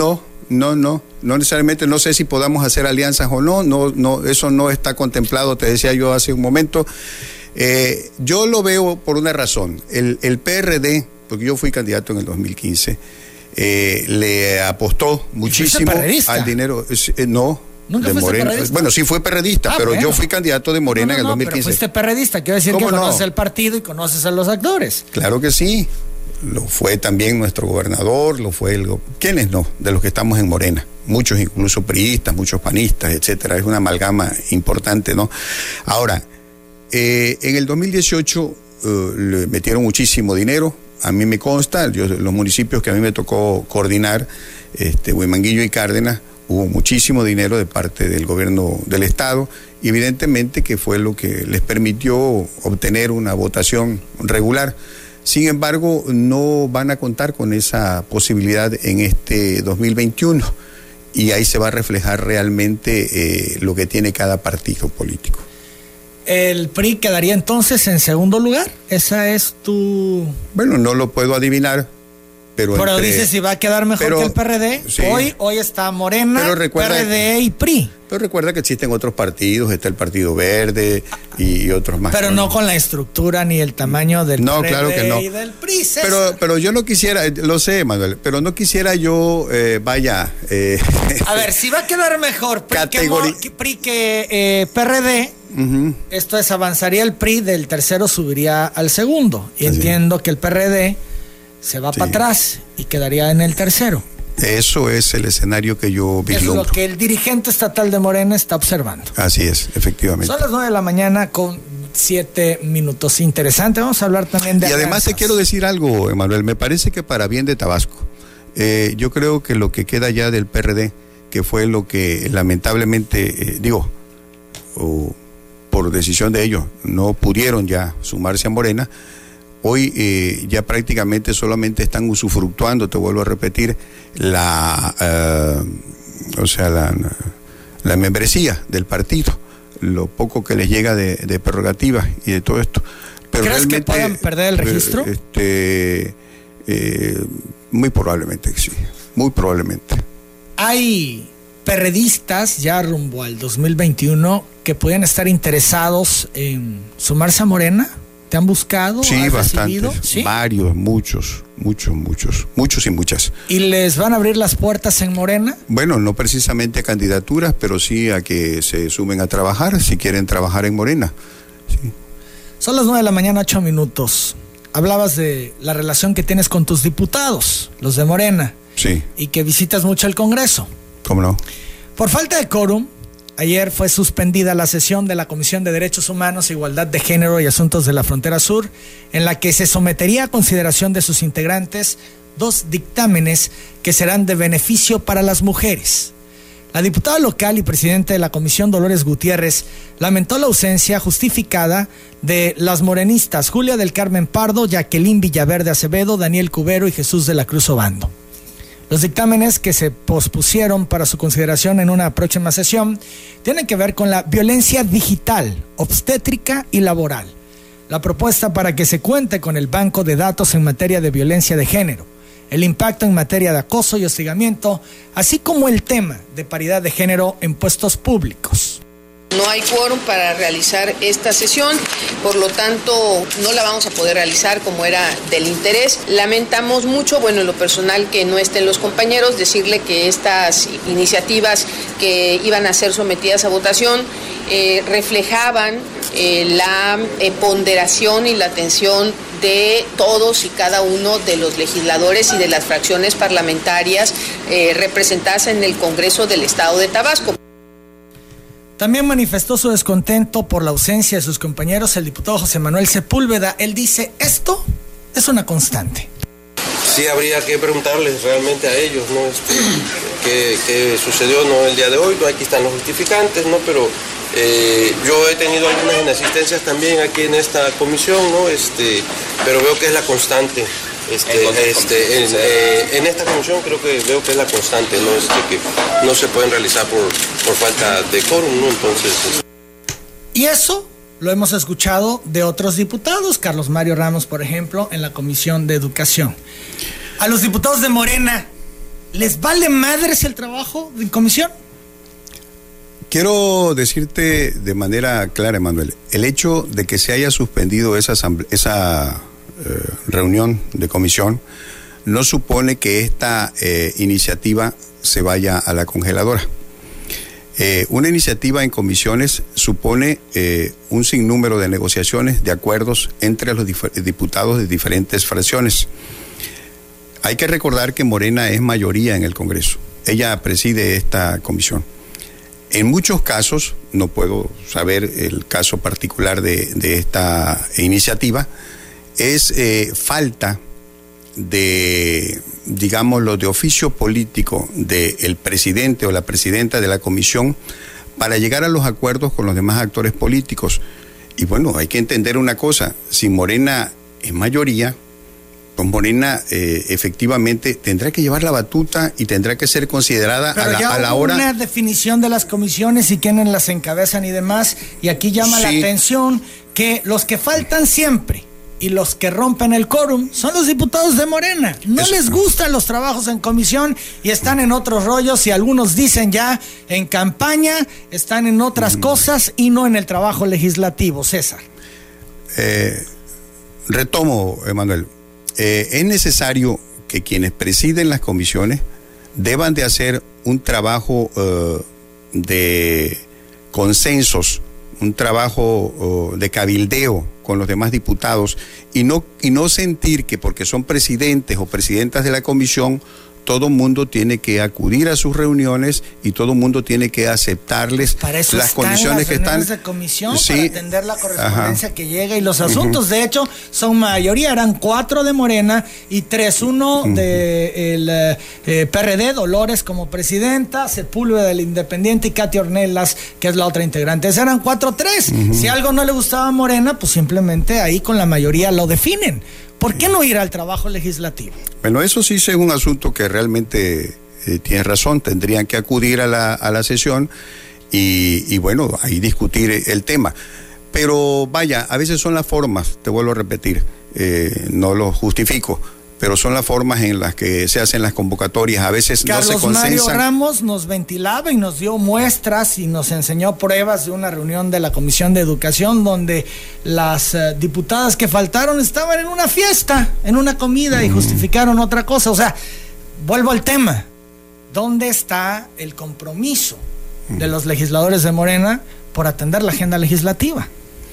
No necesariamente, no sé si podamos hacer alianzas o no, eso no está contemplado, te decía yo hace un momento. Yo lo veo por una razón. El PRD, porque yo fui candidato en el 2015, le apostó muchísimo al dinero. No. ¿Nunca fuiste Morena. perredista? Bueno, sí fue perredista, pero bueno, yo fui candidato de Morena en el 2015. Pero fuiste perredista, quiero decir que conoces el partido y conoces a los actores. Claro que sí. Lo fue también nuestro gobernador, lo fue ¿quiénes no? De los que estamos en Morena. Muchos incluso priistas, muchos panistas, etcétera. Es una amalgama importante, ¿no? Ahora, en el 2018 le metieron muchísimo dinero. A mí me consta, los municipios que a mí me tocó coordinar, Huimanguillo y Cárdenas, hubo muchísimo dinero de parte del gobierno del Estado y evidentemente que fue lo que les permitió obtener una votación regular. Sin embargo, no van a contar con esa posibilidad en este 2021 y ahí se va a reflejar realmente lo que tiene cada partido político. ¿El PRI quedaría entonces en segundo lugar? ¿Esa es tu...? Bueno, no lo puedo adivinar. Pero dices si va a quedar mejor que el PRD. Sí. Hoy está Morena, PRD y PRI. Pero recuerda que existen otros partidos, está el Partido Verde y otros más. Pero no con la estructura ni el tamaño del PRD claro que no. Y del PRI. Pero yo no quisiera, lo sé, Manuel, pero no quisiera yo, a ver, si va a quedar mejor PRI que PRD, esto es, avanzaría el PRI, del tercero subiría al segundo. Y entiendo que el PRD se va para atrás y quedaría en el tercero. Eso es el escenario que yo vislumbro. Es lo que el dirigente estatal de Morena está observando. Así es, efectivamente. Son las 9 de la mañana con 7 minutos. Interesante, vamos a hablar también de... Y además te quiero decir algo, Emanuel, me parece que para bien de Tabasco, yo creo que lo que queda ya del PRD, que fue lo que lamentablemente, por decisión de ellos, no pudieron ya sumarse a Morena. Hoy ya prácticamente solamente están usufructuando, te vuelvo a repetir, la membresía del partido, lo poco que les llega de prerrogativas y de todo esto. Pero ¿crees que puedan perder el registro? Muy probablemente sí, muy probablemente. Hay perredistas ya rumbo al 2021 que pueden estar interesados en sumarse a Morena. ¿Te han buscado? Sí, bastantes, ¿sí? Varios, muchos y muchas. ¿Y les van a abrir las puertas en Morena? Bueno, no precisamente a candidaturas, pero sí a que se sumen a trabajar, si quieren trabajar en Morena. Sí. Son las 9 de la mañana, 8 minutos. Hablabas de la relación que tienes con tus diputados, los de Morena. Sí. Y que visitas mucho el Congreso. ¿Cómo no? Por falta de quórum, ayer fue suspendida la sesión de la Comisión de Derechos Humanos, Igualdad de Género y Asuntos de la Frontera Sur, en la que se sometería a consideración de sus integrantes 2 dictámenes que serán de beneficio para las mujeres. La diputada local y presidenta de la comisión, Dolores Gutiérrez, lamentó la ausencia justificada de las morenistas Julia del Carmen Pardo, Jacqueline Villaverde Acevedo, Daniel Cubero y Jesús de la Cruz Obando. Los dictámenes que se pospusieron para su consideración en una próxima sesión tienen que ver con la violencia digital, obstétrica y laboral, la propuesta para que se cuente con el banco de datos en materia de violencia de género, el impacto en materia de acoso y hostigamiento, así como el tema de paridad de género en puestos públicos. No hay quórum para realizar esta sesión, por lo tanto no la vamos a poder realizar como era del interés. Lamentamos mucho, en lo personal, que no estén los compañeros, decirle que estas iniciativas que iban a ser sometidas a votación reflejaban la ponderación y la atención de todos y cada uno de los legisladores y de las fracciones parlamentarias representadas en el Congreso del Estado de Tabasco. También manifestó su descontento por la ausencia de sus compañeros el diputado José Manuel Sepúlveda. Él dice, esto es una constante. Sí, habría que preguntarles realmente a ellos, ¿no? ¿Qué sucedió, no, el día de hoy? Aquí están los justificantes, ¿no? Pero yo he tenido algunas inasistencias también aquí en esta comisión, ¿no? Pero veo que es la constante. En esta comisión creo que veo que es la constante, ¿no? Que no se pueden realizar por falta de quórum, ¿no? Entonces... Y eso lo hemos escuchado de otros diputados, Carlos Mario Ramos, por ejemplo, en la Comisión de Educación. A los diputados de Morena, ¿Les vale madres el trabajo de comisión? Quiero decirte de manera clara, Emanuel, el hecho de que se haya suspendido esa reunión de comisión no supone que esta iniciativa se vaya a la congeladora. Una iniciativa en comisiones supone un sinnúmero de negociaciones, de acuerdos entre los diputados de diferentes fracciones. Hay que recordar que Morena es mayoría en el Congreso. Ella preside esta comisión. En muchos casos, no puedo saber el caso particular de esta iniciativa, es falta de, digámoslo, de oficio político del presidente o la presidenta de la comisión para llegar a los acuerdos con los demás actores políticos. Y bueno, hay que entender una cosa, si Morena es mayoría, pues Morena efectivamente tendrá que llevar la batuta y tendrá que ser considerada a la hora. Una definición de las comisiones y quiénes las encabezan y demás, y aquí llama la atención que los que faltan siempre y los que rompen el quórum son los diputados de Morena. No les gustan los trabajos en comisión y están en otros rollos, y algunos dicen ya en campaña, están en otras cosas y no en el trabajo legislativo. César. Retomo, Emanuel. Es necesario que quienes presiden las comisiones deban de hacer un trabajo de consensos, un trabajo de cabildeo con los demás diputados y no sentir que porque son presidentes o presidentas de la comisión todo mundo tiene que acudir a sus reuniones y todo mundo tiene que aceptarles las condiciones que están de comisión, para atender la correspondencia que llega y los asuntos. De hecho, son mayoría, eran 4 de Morena y 3-1 del PRD, Dolores como presidenta, Sepúlveda del Independiente y Katy Ornelas, que es la otra integrante. Esos eran 4-3. Si algo no le gustaba a Morena, pues simplemente ahí con la mayoría lo definen. ¿Por qué no ir al trabajo legislativo? Bueno, eso sí es un asunto que realmente tienes razón, tendrían que acudir a la sesión y bueno, ahí discutir el tema. Pero vaya, a veces son las formas, te vuelvo a repetir, no lo justifico, pero son las formas en las que se hacen las convocatorias, a veces Carlos no se consensan. Mario Ramos nos ventilaba y nos dio muestras y nos enseñó pruebas de una reunión de la Comisión de Educación donde las diputadas que faltaron estaban en una fiesta, en una comida y justificaron otra cosa. O sea, vuelvo al tema, ¿dónde está el compromiso de los legisladores de Morena por atender la agenda legislativa?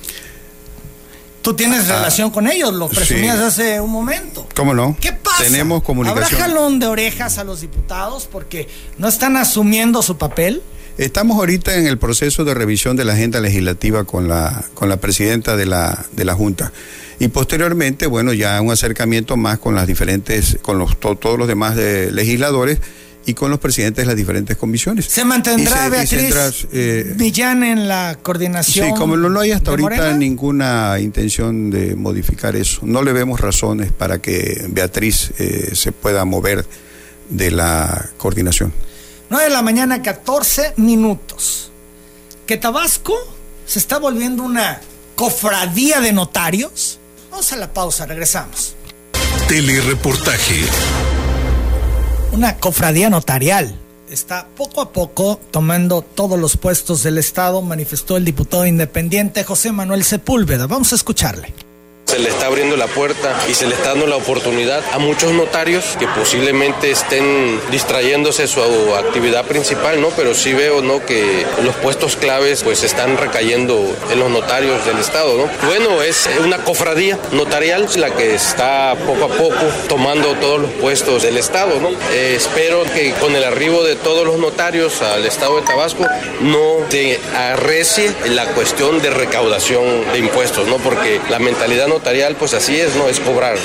Tú tienes relación con ellos, lo presumías hace un momento. ¿Cómo no? ¿Qué pasa? Tenemos comunicación. ¿Habrá jalón de orejas a los diputados porque no están asumiendo su papel? Estamos ahorita en el proceso de revisión de la agenda legislativa con la presidenta de la Junta. Y posteriormente, bueno, ya un acercamiento más con las diferentes, con todos los demás legisladores y con los presidentes de las diferentes comisiones. ¿Se mantendrá Beatriz Millán en la coordinación? Sí, como no hay hasta ahorita Morena? Ninguna intención de modificar eso. No le vemos razones para que Beatriz se pueda mover de la coordinación. 9 de la mañana, 14 minutos. ¿Que Tabasco se está volviendo una cofradía de notarios? Vamos a la pausa, regresamos. Telereportaje. Una cofradía notarial está poco a poco tomando todos los puestos del Estado, manifestó el diputado independiente José Manuel Sepúlveda. Vamos a escucharle. Se le está abriendo la puerta y se le está dando la oportunidad a muchos notarios que posiblemente estén distrayéndose de su actividad principal, ¿no? Pero sí veo, ¿no?, que los puestos claves pues están recayendo en los notarios del Estado, ¿no? Bueno, es una cofradía notarial la que está poco a poco tomando todos los puestos del Estado, ¿no? Espero que con el arribo de todos los notarios al Estado de Tabasco no se arrecie la cuestión de recaudación de impuestos, ¿no? Porque la mentalidad notarial, pues así es, ¿no? Es cobrar.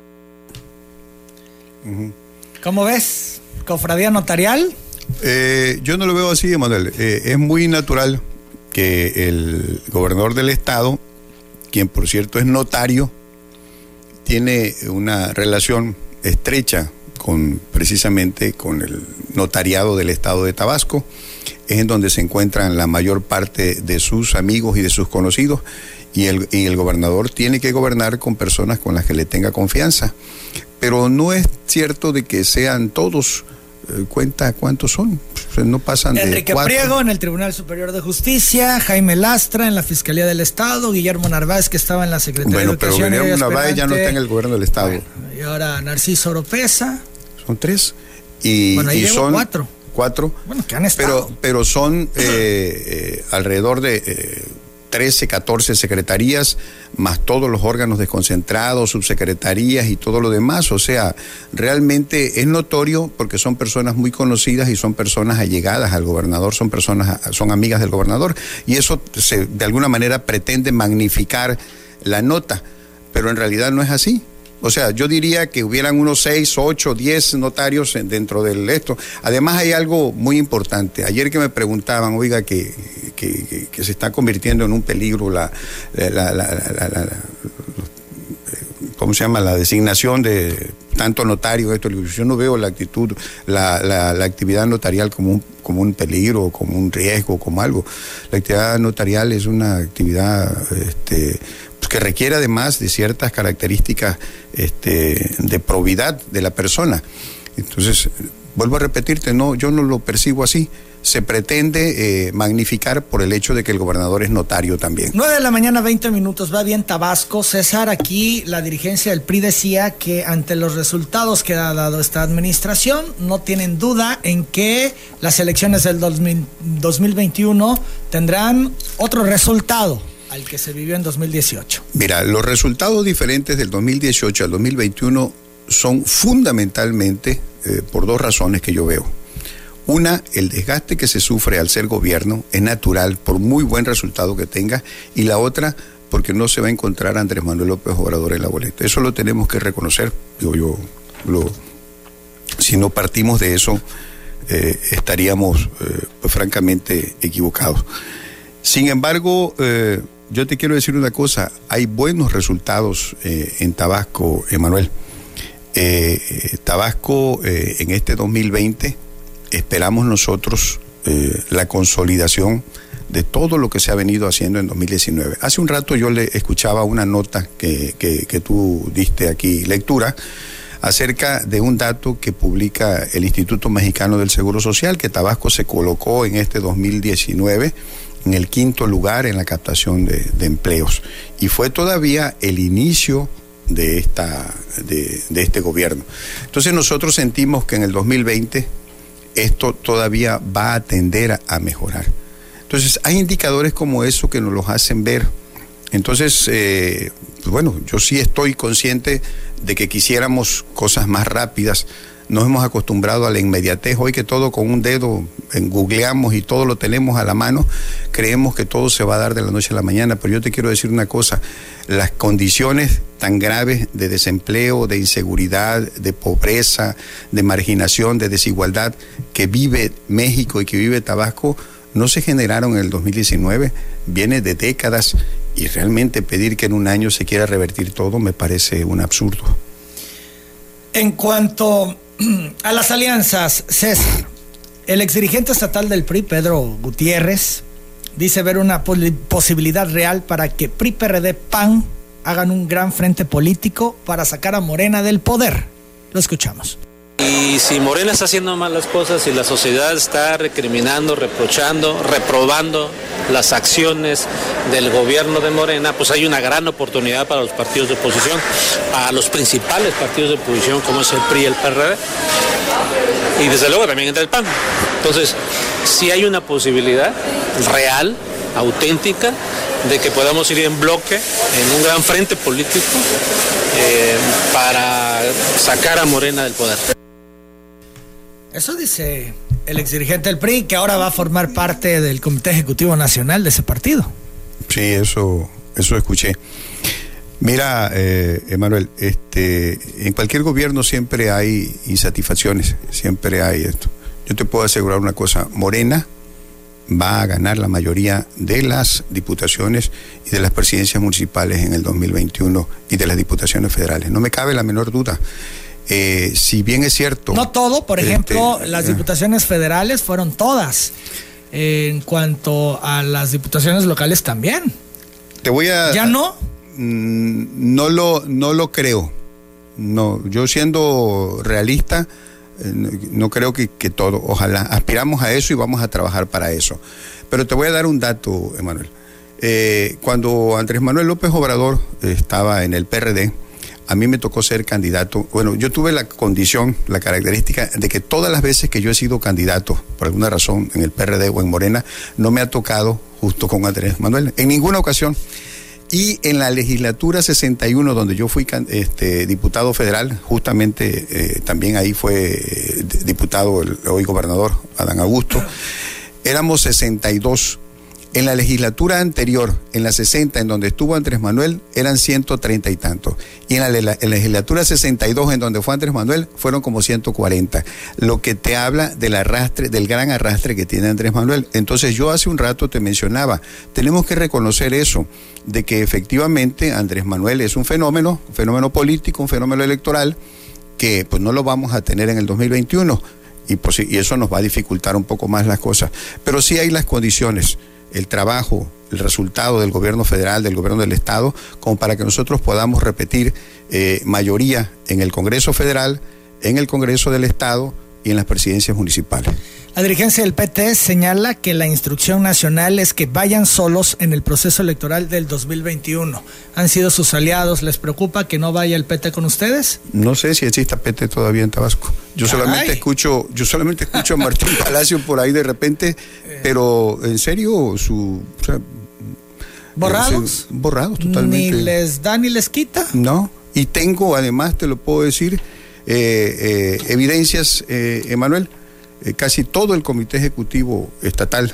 ¿Cómo ves? ¿Cofradía notarial? Yo no lo veo así, Emanuel. Es muy natural que el gobernador del estado, quien por cierto es notario, tiene una relación estrecha precisamente con el notariado del estado de Tabasco. Es en donde se encuentran la mayor parte de sus amigos y de sus conocidos. Y el gobernador tiene que gobernar con personas con las que le tenga confianza. Pero no es cierto de que sean todos cuenta cuántos son. Pues no pasan de Enrique 4. Priego en el Tribunal Superior de Justicia, Jaime Lastra en la Fiscalía del Estado, Guillermo Narváez, que estaba en la Secretaría de Educación. Bueno, pero Guillermo Narváez ya no está en el gobierno del Estado. Bueno, y ahora Narciso Oropesa. Son 3. Y, bueno, ahí y son 4. 4. Bueno, que han estado. Pero son alrededor de 13, 14 secretarías, más todos los órganos desconcentrados, subsecretarías y todo lo demás. O sea, realmente es notorio porque son personas muy conocidas y son personas allegadas al gobernador, son amigas del gobernador, y eso de alguna manera pretende magnificar la nota, pero en realidad no es así. O sea, yo diría que hubieran unos 6, 8, 10 notarios dentro del esto. Además hay algo muy importante. Ayer que me preguntaban, oiga, que se está convirtiendo en un peligro ¿cómo se llama? La designación de tanto notario. Esto, yo no veo la actividad notarial como un peligro, como un riesgo, como algo. La actividad notarial es una actividad que requiere además de ciertas características de probidad de la persona. Entonces, vuelvo a repetirte, no, yo no lo percibo así. Se pretende magnificar por el hecho de que el gobernador es notario también. 9:20 a.m, va bien Tabasco. César, aquí la dirigencia del PRI decía que ante los resultados que ha dado esta administración, no tienen duda en que las elecciones del 2021 tendrán otro resultado al que se vivió en 2018. Mira, los resultados diferentes del 2018 al 2021 son fundamentalmente por 2 razones que yo veo. Una, el desgaste que se sufre al ser gobierno es natural por muy buen resultado que tenga, y la otra, porque no se va a encontrar a Andrés Manuel López Obrador en la boleta. Eso lo tenemos que reconocer. Si no partimos de eso, estaríamos francamente equivocados. Sin embargo, yo te quiero decir una cosa, hay buenos resultados en Tabasco, Emanuel. Tabasco en este 2020 esperamos nosotros la consolidación de todo lo que se ha venido haciendo en 2019. Hace un rato yo le escuchaba una nota que tú diste aquí lectura acerca de un dato que publica el Instituto Mexicano del Seguro Social, que Tabasco se colocó en este 2019 en el 5º lugar en la captación de empleos, y fue todavía el inicio de este gobierno. Entonces nosotros sentimos que en el 2020 esto todavía va a tender a mejorar. Entonces hay indicadores como eso que nos los hacen ver. Entonces, yo sí estoy consciente de que quisiéramos cosas más rápidas. Nos hemos acostumbrado a la inmediatez. Hoy que todo con un dedo googleamos y todo lo tenemos a la mano, creemos que todo se va a dar de la noche a la mañana. Pero yo te quiero decir una cosa, las condiciones tan graves de desempleo, de inseguridad, de pobreza, de marginación, de desigualdad que vive México y que vive Tabasco, no se generaron en el 2019, viene de décadas, y realmente pedir que en un año se quiera revertir todo me parece un absurdo. En cuanto a las alianzas, César, el exdirigente estatal del PRI, Pedro Gutiérrez, dice ver una posibilidad real para que PRI, PRD, PAN hagan un gran frente político para sacar a Morena del poder. Lo escuchamos. Y si Morena está haciendo malas cosas y la sociedad está recriminando, reprochando, reprobando las acciones del gobierno de Morena, pues hay una gran oportunidad para los partidos de oposición, a los principales partidos de oposición como es el PRI y el PRD, y desde luego también entra el PAN. Entonces, sí hay una posibilidad real, auténtica, de que podamos ir en bloque en un gran frente político para sacar a Morena del poder. Eso dice el exdirigente del PRI, que ahora va a formar parte del Comité Ejecutivo Nacional de ese partido. Sí, eso escuché. Mira, Emanuel, en cualquier gobierno siempre hay insatisfacciones, siempre hay esto. Yo te puedo asegurar una cosa, Morena va a ganar la mayoría de las diputaciones y de las presidencias municipales en el 2021 y de las diputaciones federales. No me cabe la menor duda. Si bien es cierto... No todo, por ejemplo, las diputaciones federales fueron todas. En cuanto a las diputaciones locales también. Te voy a... ¿Ya no? No lo creo. No, yo siendo realista, no creo que todo, ojalá, aspiramos a eso y vamos a trabajar para eso. Pero te voy a dar un dato, Emanuel. Cuando Andrés Manuel López Obrador estaba en el PRD, a mí me tocó ser candidato. Bueno, yo tuve la condición, la característica de que todas las veces que yo he sido candidato, por alguna razón, en el PRD o en Morena, no me ha tocado justo con Andrés Manuel, en ninguna ocasión. Y en la legislatura 61, donde yo fui diputado federal, justamente también ahí fue diputado el hoy gobernador Adán Augusto, éramos 62. En la legislatura anterior, en la 60, en donde estuvo Andrés Manuel, eran 130 y tantos. Y en la legislatura 62, en donde fue Andrés Manuel, fueron como 140. Lo que te habla del arrastre, del gran arrastre que tiene Andrés Manuel. Entonces yo hace un rato te mencionaba, tenemos que reconocer eso, de que efectivamente Andrés Manuel es un fenómeno político, un fenómeno electoral, que pues no lo vamos a tener en el 2021. Y eso nos va a dificultar un poco más las cosas. Pero sí hay las condiciones, el trabajo, el resultado del gobierno federal, del gobierno del Estado, como para que nosotros podamos repetir mayoría en el Congreso Federal, en el Congreso del Estado y en las presidencias municipales. La dirigencia del PT señala que la instrucción nacional es que vayan solos en el proceso electoral del 2021. ¿Han sido sus aliados? ¿Les preocupa que no vaya el PT con ustedes? No sé si exista PT todavía en Tabasco. Yo solamente escucho a Martín Palacio por ahí de repente, pero en serio, ¿borrados? Borrados totalmente. ¿Ni les da ni les quita? No, y tengo además, te lo puedo decir, evidencias, Emanuel. Casi todo el comité ejecutivo estatal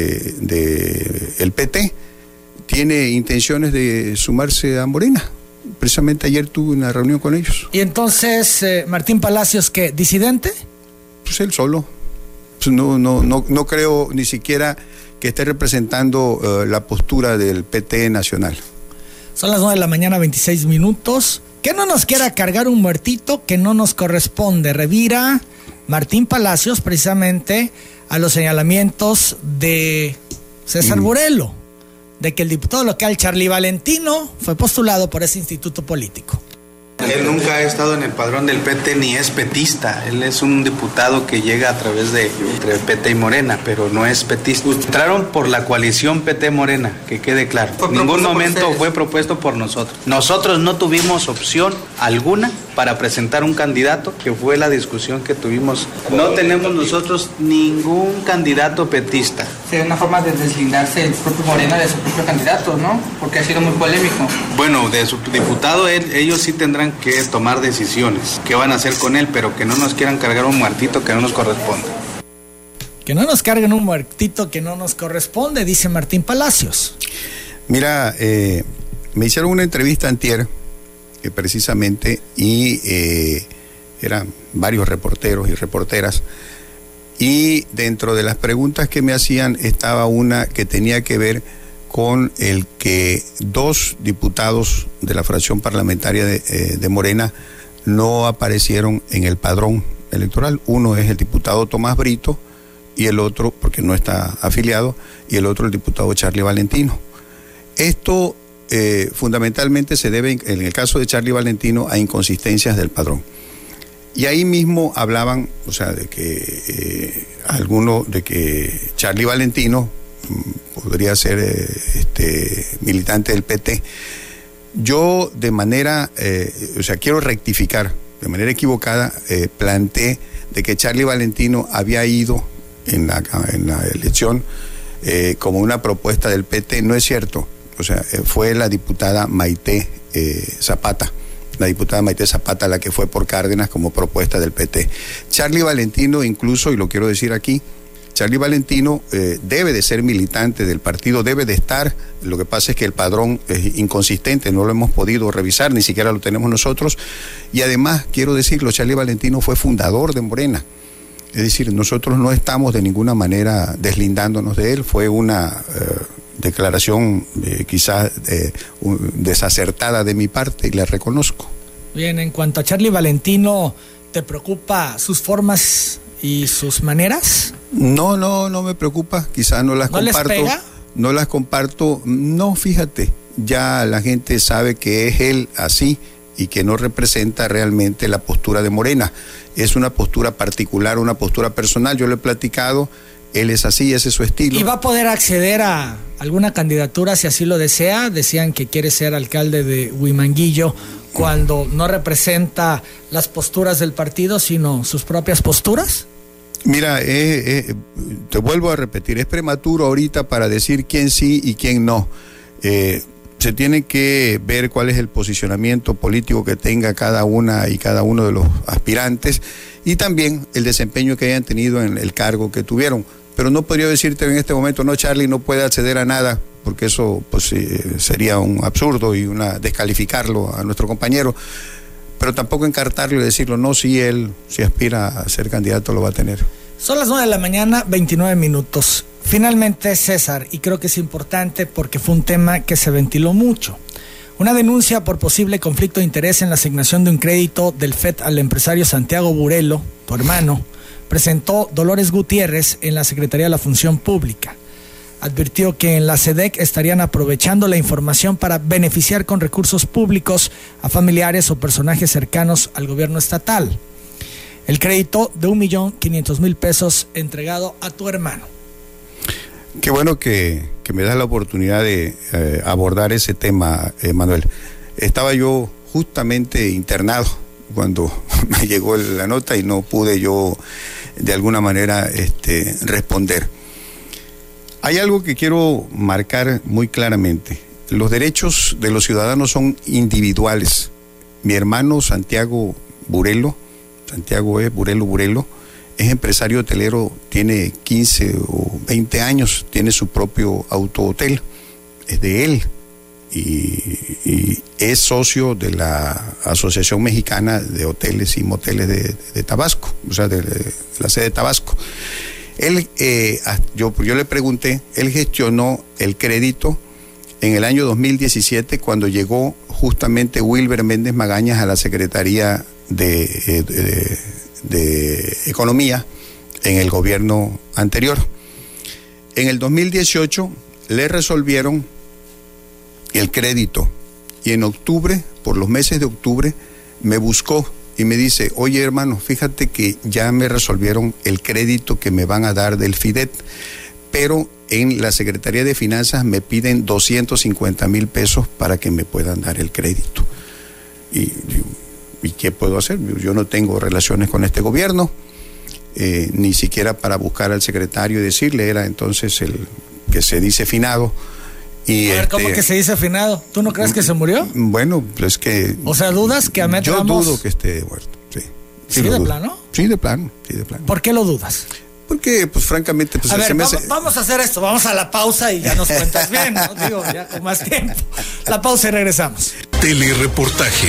de el PT tiene intenciones de sumarse a Morena. Precisamente ayer tuve una reunión con ellos. ¿Y entonces Martín Palacios qué, disidente? Pues él solo. Pues no creo ni siquiera que esté representando la postura del PT nacional. Son las 9:26 a.m. Que no nos quiera cargar un muertito que no nos corresponde. Revira Martín Palacios precisamente a los señalamientos de César Burelo, de que el diputado local Charlie Valentino fue postulado por ese instituto político. Él nunca ha estado en el padrón del PT ni es petista. Él es un diputado que llega a través de entre PT y Morena, pero no es petista. Entraron por la coalición PT-Morena, que quede claro. En ningún momento fue propuesto por nosotros. Nosotros no tuvimos opción alguna para presentar un candidato, que fue la discusión que tuvimos. No tenemos nosotros ningún candidato petista. Sería una forma de deslindarse el propio Morena de su propio candidato, ¿no? Porque ha sido muy polémico. Bueno, de su diputado ellos sí tendrán que tomar decisiones. ¿Qué van a hacer con él? Pero que no nos quieran cargar un muertito que no nos corresponde. Que no nos carguen un muertito que no nos corresponde, dice Martín Palacios. Mira, me hicieron una entrevista antier, precisamente, y eran varios reporteros y reporteras, y dentro de las preguntas que me hacían estaba una que tenía que ver con el que 2 diputados de la fracción parlamentaria de Morena no aparecieron en el padrón electoral. Uno es el diputado Tomás Brito y el otro, porque no está afiliado, y el otro el diputado Charlie Valentino. Esto fundamentalmente se debe, en el caso de Charlie Valentino, a inconsistencias del padrón. Y ahí mismo hablaban, o sea, de que de que Charlie Valentino podría ser militante del PT. Yo de manera, quiero rectificar, de manera equivocada, planteé de que Charlie Valentino había ido en la elección como una propuesta del PT. No es cierto. O sea, fue la diputada Maite Zapata. La diputada Maite Zapata la que fue por Cárdenas como propuesta del PT. Charlie Valentino incluso, y lo quiero decir aquí, Charlie Valentino debe de ser militante del partido, debe de estar. Lo que pasa es que el padrón es inconsistente, no lo hemos podido revisar, ni siquiera lo tenemos nosotros. Y además, quiero decirlo, Charlie Valentino fue fundador de Morena. Es decir, nosotros no estamos de ninguna manera deslindándonos de él. Fue una declaración quizás desacertada de mi parte y la reconozco. Bien, en cuanto a Charlie Valentino, ¿te preocupa sus formas y sus maneras? No me preocupa, quizás no las comparto. ¿Les pega? No las comparto, no, fíjate, ya la gente sabe que es él así y que no representa realmente la postura de Morena. Es una postura particular, una postura personal. Yo le he platicado, él es así, ese es su estilo. ¿Y va a poder acceder a alguna candidatura si así lo desea? Decían que quiere ser alcalde de Huimanguillo cuando no representa las posturas del partido, sino sus propias posturas. Mira, te vuelvo a repetir, es prematuro ahorita para decir quién sí y quién no. Se tiene que ver cuál es el posicionamiento político que tenga cada una y cada uno de los aspirantes y también el desempeño que hayan tenido en el cargo que tuvieron. Pero no podría decirte en este momento, no, Charlie no puede acceder a nada, porque eso pues sería un absurdo y descalificarlo a nuestro compañero, pero tampoco encartarlo y decirlo, no, si él, si aspira a ser candidato, lo va a tener. Son las 9 de la mañana, 29 minutos. Finalmente, César, y creo que es importante porque fue un tema que se ventiló mucho. Una denuncia por posible conflicto de interés en la asignación de un crédito del FED al empresario Santiago Burelo, tu hermano, presentó Dolores Gutiérrez en la Secretaría de la Función Pública. Advirtió que en la SEDEC estarían aprovechando la información para beneficiar con recursos públicos a familiares o personajes cercanos al gobierno estatal. El crédito de 1.500.000 pesos entregado a tu hermano. Qué bueno que me das la oportunidad de abordar ese tema, Manuel. Estaba yo justamente internado cuando me llegó la nota y no pude yo de alguna manera responder. Hay algo que quiero marcar muy claramente. Los derechos de los ciudadanos son individuales. Mi hermano Santiago Burelo, es empresario hotelero, tiene 15 o 20 años, tiene su propio autohotel, es de él y es socio de la Asociación Mexicana de Hoteles y Moteles de Tabasco, o sea, de la sede de Tabasco. Él, yo le pregunté, él gestionó el crédito en el año 2017 cuando llegó justamente Wilber Méndez Magañas a la Secretaría de Economía en el gobierno anterior. En el 2018 le resolvieron el crédito y en octubre, por los meses de octubre, me buscó y me dice, oye hermano, fíjate que ya me resolvieron el crédito que me van a dar del FIDET, pero en la Secretaría de Finanzas me piden 250,000 pesos para que me puedan dar el crédito. ¿Y qué puedo hacer? Yo no tengo relaciones con este gobierno, ni siquiera para buscar al secretario y decirle, era entonces el que se dice finado. Y a ver, ¿cómo que se dice finado? ¿Tú no crees que se murió? Bueno, pues que... O sea, ¿dudas que Ahmed Yo Ramos... dudo que esté muerto, sí. ¿Sí de plano? Sí, de plano. ¿Por qué lo dudas? Porque, pues francamente... Pues, a ver, vamos a hacer esto, vamos a la pausa y ya nos cuentas bien, ¿no? Digo, ya con más tiempo. La pausa y regresamos. Telereportaje.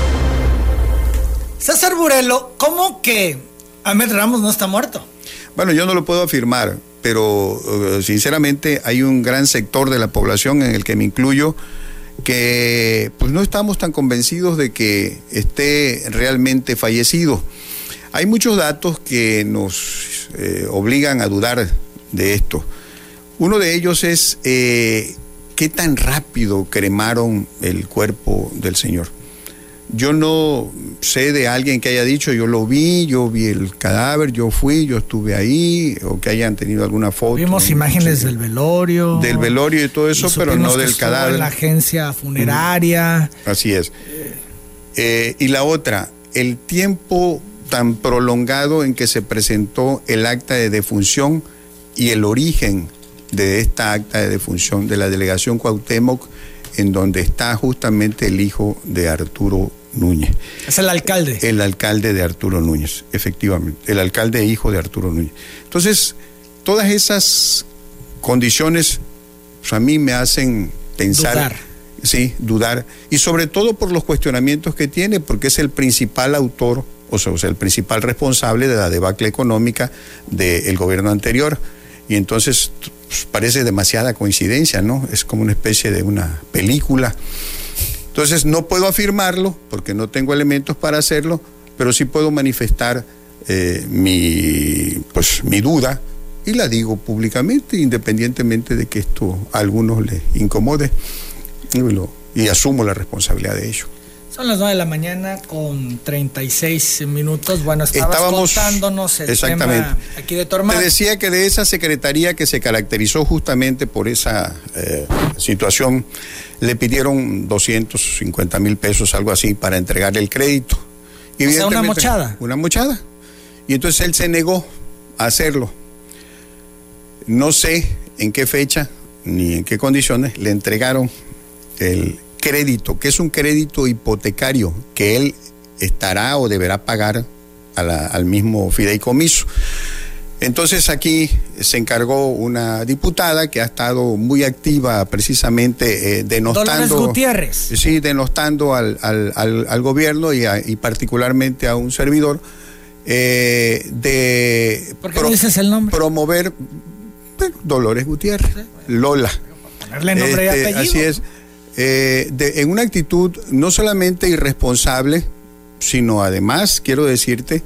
César Burelo, ¿cómo que Ahmed Ramos no está muerto? Bueno, yo no lo puedo afirmar, pero sinceramente hay un gran sector de la población, en el que me incluyo, que pues no estamos tan convencidos de que esté realmente fallecido. Hay muchos datos que nos obligan a dudar de esto. Uno de ellos es qué tan rápido cremaron el cuerpo del señor. Yo no sé de alguien que haya dicho, yo vi el cadáver, yo estuve ahí, o que hayan tenido alguna foto. Vimos imágenes del velorio. Del velorio y todo eso, pero no del cadáver. En la agencia funeraria. Así es. Y la otra, el tiempo tan prolongado en que se presentó el acta de defunción y el origen de esta acta de defunción de la delegación Cuauhtémoc, en donde está justamente el hijo de Arturo Núñez. Es el alcalde. El alcalde de Arturo Núñez, efectivamente. El alcalde hijo de Arturo Núñez. Entonces, todas esas condiciones pues, a mí me hacen pensar. Dudar. Sí, dudar. Y sobre todo por los cuestionamientos que tiene, porque es el principal autor, o sea, el principal responsable de la debacle económica del gobierno anterior. Y entonces pues, parece demasiada coincidencia, ¿no? Es como una especie de una película. Entonces no puedo afirmarlo porque no tengo elementos para hacerlo, pero sí puedo manifestar mi duda, y la digo públicamente, independientemente de que esto a algunos les incomode, y asumo la responsabilidad de ello. Son las 9 de la mañana con 36 minutos. Bueno, estábamos contándonos el tema aquí de tu hermano. Te decía que de esa secretaría que se caracterizó justamente por esa situación, le pidieron 250,000 pesos, algo así, para entregarle el crédito. Y o sea, una mochada. Una mochada. Y entonces él se negó a hacerlo. No sé en qué fecha ni en qué condiciones le entregaron el crédito, que es un crédito hipotecario que él estará o deberá pagar al mismo fideicomiso. Entonces aquí se encargó una diputada que ha estado muy activa precisamente denostando... Dolores Gutiérrez. Sí, denostando al gobierno y particularmente a un servidor de... ¿Por qué no dices el nombre? Promover... Dolores Gutiérrez, ¿sí? Lola. Ponerle nombre y apellido. Así es. En una actitud no solamente irresponsable, sino además, quiero decirte,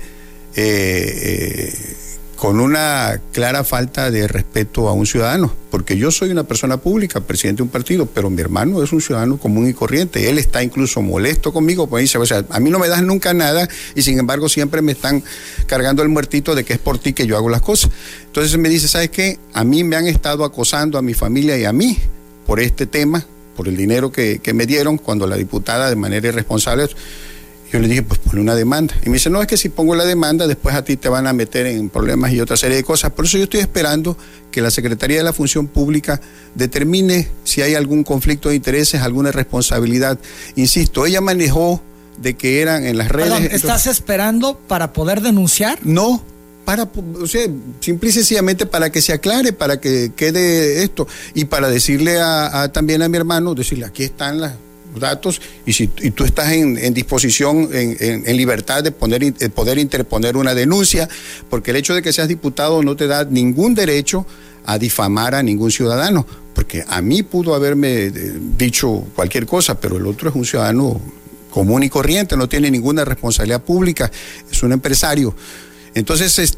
con una clara falta de respeto a un ciudadano, porque yo soy una persona pública, presidente de un partido, pero mi hermano es un ciudadano común y corriente. Él está incluso molesto conmigo, pues dice, o sea, a mí no me das nunca nada y sin embargo siempre me están cargando el muertito de que es por ti que yo hago las cosas. Entonces me dice, ¿sabes qué? A mí me han estado acosando, a mi familia y a mí, por este tema, por el dinero que me dieron cuando la diputada de manera irresponsable... Yo le dije, pues ponle una demanda. Y me dice, no, es que si pongo la demanda, después a ti te van a meter en problemas y otra serie de cosas. Por eso yo estoy esperando que la Secretaría de la Función Pública determine si hay algún conflicto de intereses, alguna responsabilidad. Insisto, ella manejó de que eran en las redes... Perdón, ¿estás esperando para poder denunciar? No, o sea, simple y sencillamente para que se aclare, para que quede esto. Y para decirle también a mi hermano, decirle, aquí están las... datos y tú estás en disposición, en libertad de poder interponer una denuncia, porque el hecho de que seas diputado no te da ningún derecho a difamar a ningún ciudadano, porque a mí pudo haberme dicho cualquier cosa, pero el otro es un ciudadano común y corriente, no tiene ninguna responsabilidad pública, es un empresario. Entonces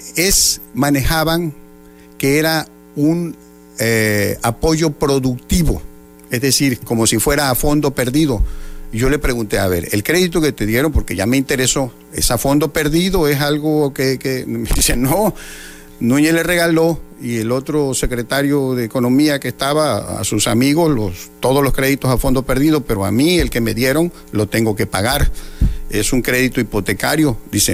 manejaban que era un apoyo productivo, es decir, como si fuera a fondo perdido. Yo le pregunté, a ver, el crédito que te dieron, porque ya me interesó, ¿es a fondo perdido? ¿Es algo que me dice, no, Núñez le regaló, y el otro secretario de Economía que estaba, a sus amigos, todos los créditos a fondo perdido, pero a mí el que me dieron lo tengo que pagar. Es un crédito hipotecario, dice,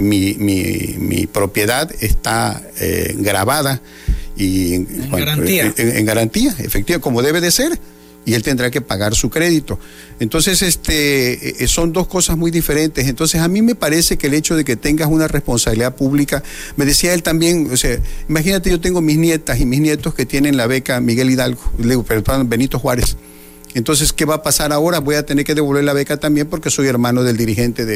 mi propiedad está grabada y en garantía. En garantía, efectivamente, como debe de ser. Y él tendrá que pagar su crédito. Entonces, son dos cosas muy diferentes. Entonces, a mí me parece que el hecho de que tengas una responsabilidad pública, me decía él también, o sea, imagínate, yo tengo mis nietas y mis nietos que tienen la beca Miguel Hidalgo, Benito Juárez. Entonces, ¿qué va a pasar ahora? Voy a tener que devolver la beca también porque soy hermano del dirigente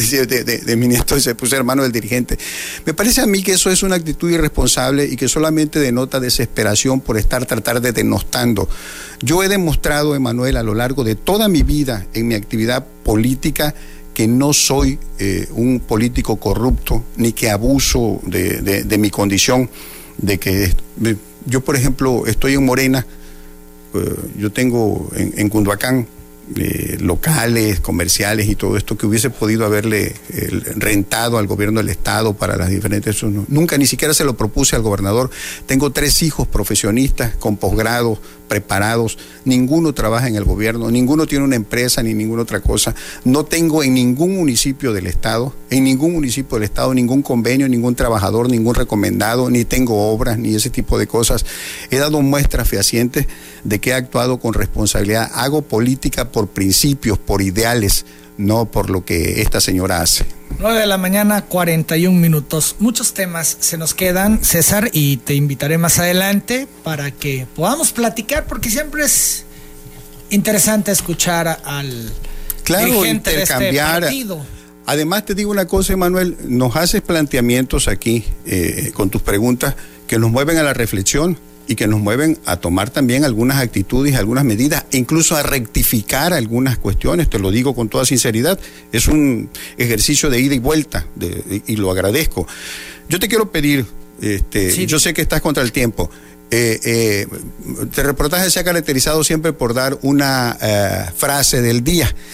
de mi nieto, y se puso hermano del dirigente. Me parece a mí que eso es una actitud irresponsable y que solamente denota desesperación por tratar de denostando. Yo he demostrado, Emanuel, a lo largo de toda mi vida en mi actividad política, que no soy un político corrupto, ni que abuso de mi condición, de que yo, por ejemplo, estoy en Morena. Yo tengo en Cunduacán locales, comerciales y todo esto que hubiese podido haberle rentado al gobierno del estado para las diferentes... Nunca, ni siquiera se lo propuse al gobernador. Tengo 3 hijos profesionistas con posgrados, preparados, ninguno trabaja en el gobierno, ninguno tiene una empresa ni ninguna otra cosa. No tengo en ningún municipio del estado, ningún convenio, ningún trabajador, ningún recomendado, ni tengo obras, ni ese tipo de cosas. He dado muestras fehacientes de que he actuado con responsabilidad. Hago política por principios, por ideales, no por lo que esta señora hace. 9 de la mañana, 41 minutos. Muchos temas se nos quedan, César, y te invitaré más adelante para que podamos platicar, porque siempre es interesante escuchar al dirigente intercambiar. De este partido. Además, te digo una cosa, Emanuel, nos haces planteamientos aquí con tus preguntas que nos mueven a la reflexión y que nos mueven a tomar también algunas actitudes, algunas medidas, e incluso a rectificar algunas cuestiones, te lo digo con toda sinceridad. Es un ejercicio de ida y vuelta, y lo agradezco. Yo te quiero pedir, sí, yo sé que estás contra el tiempo, este reportaje se ha caracterizado siempre por dar una frase del día,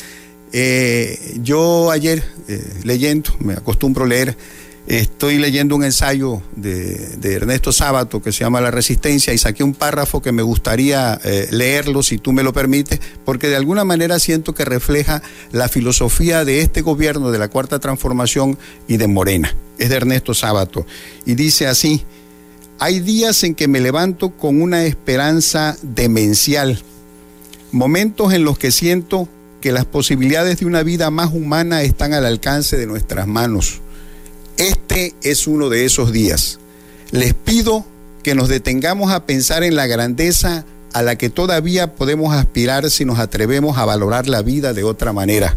Yo ayer leyendo, me acostumbro a leer, estoy leyendo un ensayo de Ernesto Sábato que se llama La Resistencia, y saqué un párrafo que me gustaría leerlo, si tú me lo permites, porque de alguna manera siento que refleja la filosofía de este gobierno, de la Cuarta Transformación y de Morena. Es de Ernesto Sábato y dice así: hay días en que me levanto con una esperanza demencial, momentos en los que siento que las posibilidades de una vida más humana están al alcance de nuestras manos. Este es uno de esos días. Les pido que nos detengamos a pensar en la grandeza a la que todavía podemos aspirar si nos atrevemos a valorar la vida de otra manera.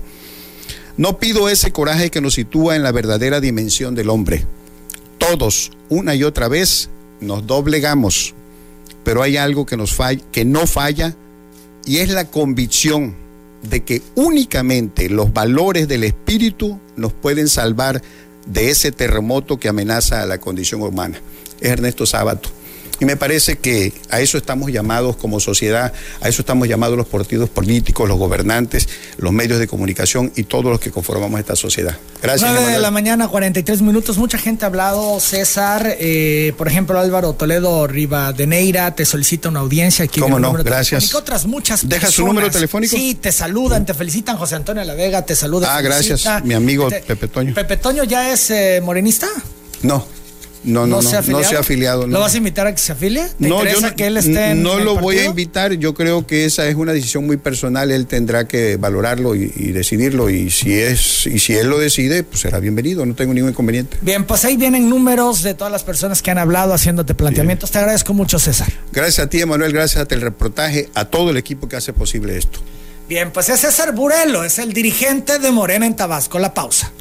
No pido ese coraje que nos sitúa en la verdadera dimensión del hombre. Todos, una y otra vez, nos doblegamos, pero hay algo que no falla, y es la convicción de que únicamente los valores del espíritu nos pueden salvar de ese terremoto que amenaza a la condición humana. Es Ernesto Sábato. Y me parece que a eso estamos llamados como sociedad, a eso estamos llamados los partidos políticos, los gobernantes, los medios de comunicación y todos los que conformamos esta sociedad. Gracias. 9 de la mañana, 43 minutos. Mucha gente ha hablado, César. Por ejemplo, Álvaro Toledo Rivadeneira te solicita una audiencia aquí. ¿Cómo no? Gracias. Otras muchas ¿Deja personas. su número telefónico? Sí, te saludan, te felicitan. José Antonio La Vega te saluda. Gracias, mi amigo Pepe Toño. ¿Pepe Toño ya es morenista? No se ha afiliado. ¿Lo vas a invitar a que se afilie? No, lo voy a invitar. Yo creo que esa es una decisión muy personal. Él tendrá que valorarlo y decidirlo. Y si él lo decide, pues será bienvenido. No tengo ningún inconveniente. Bien, pues ahí vienen números de todas las personas que han hablado haciéndote planteamientos. Bien. Te agradezco mucho, César. Gracias a ti, Emanuel. Gracias a el reportaje, a todo el equipo que hace posible esto. Bien, pues es César Burelo, es el dirigente de Morena en Tabasco. La pausa.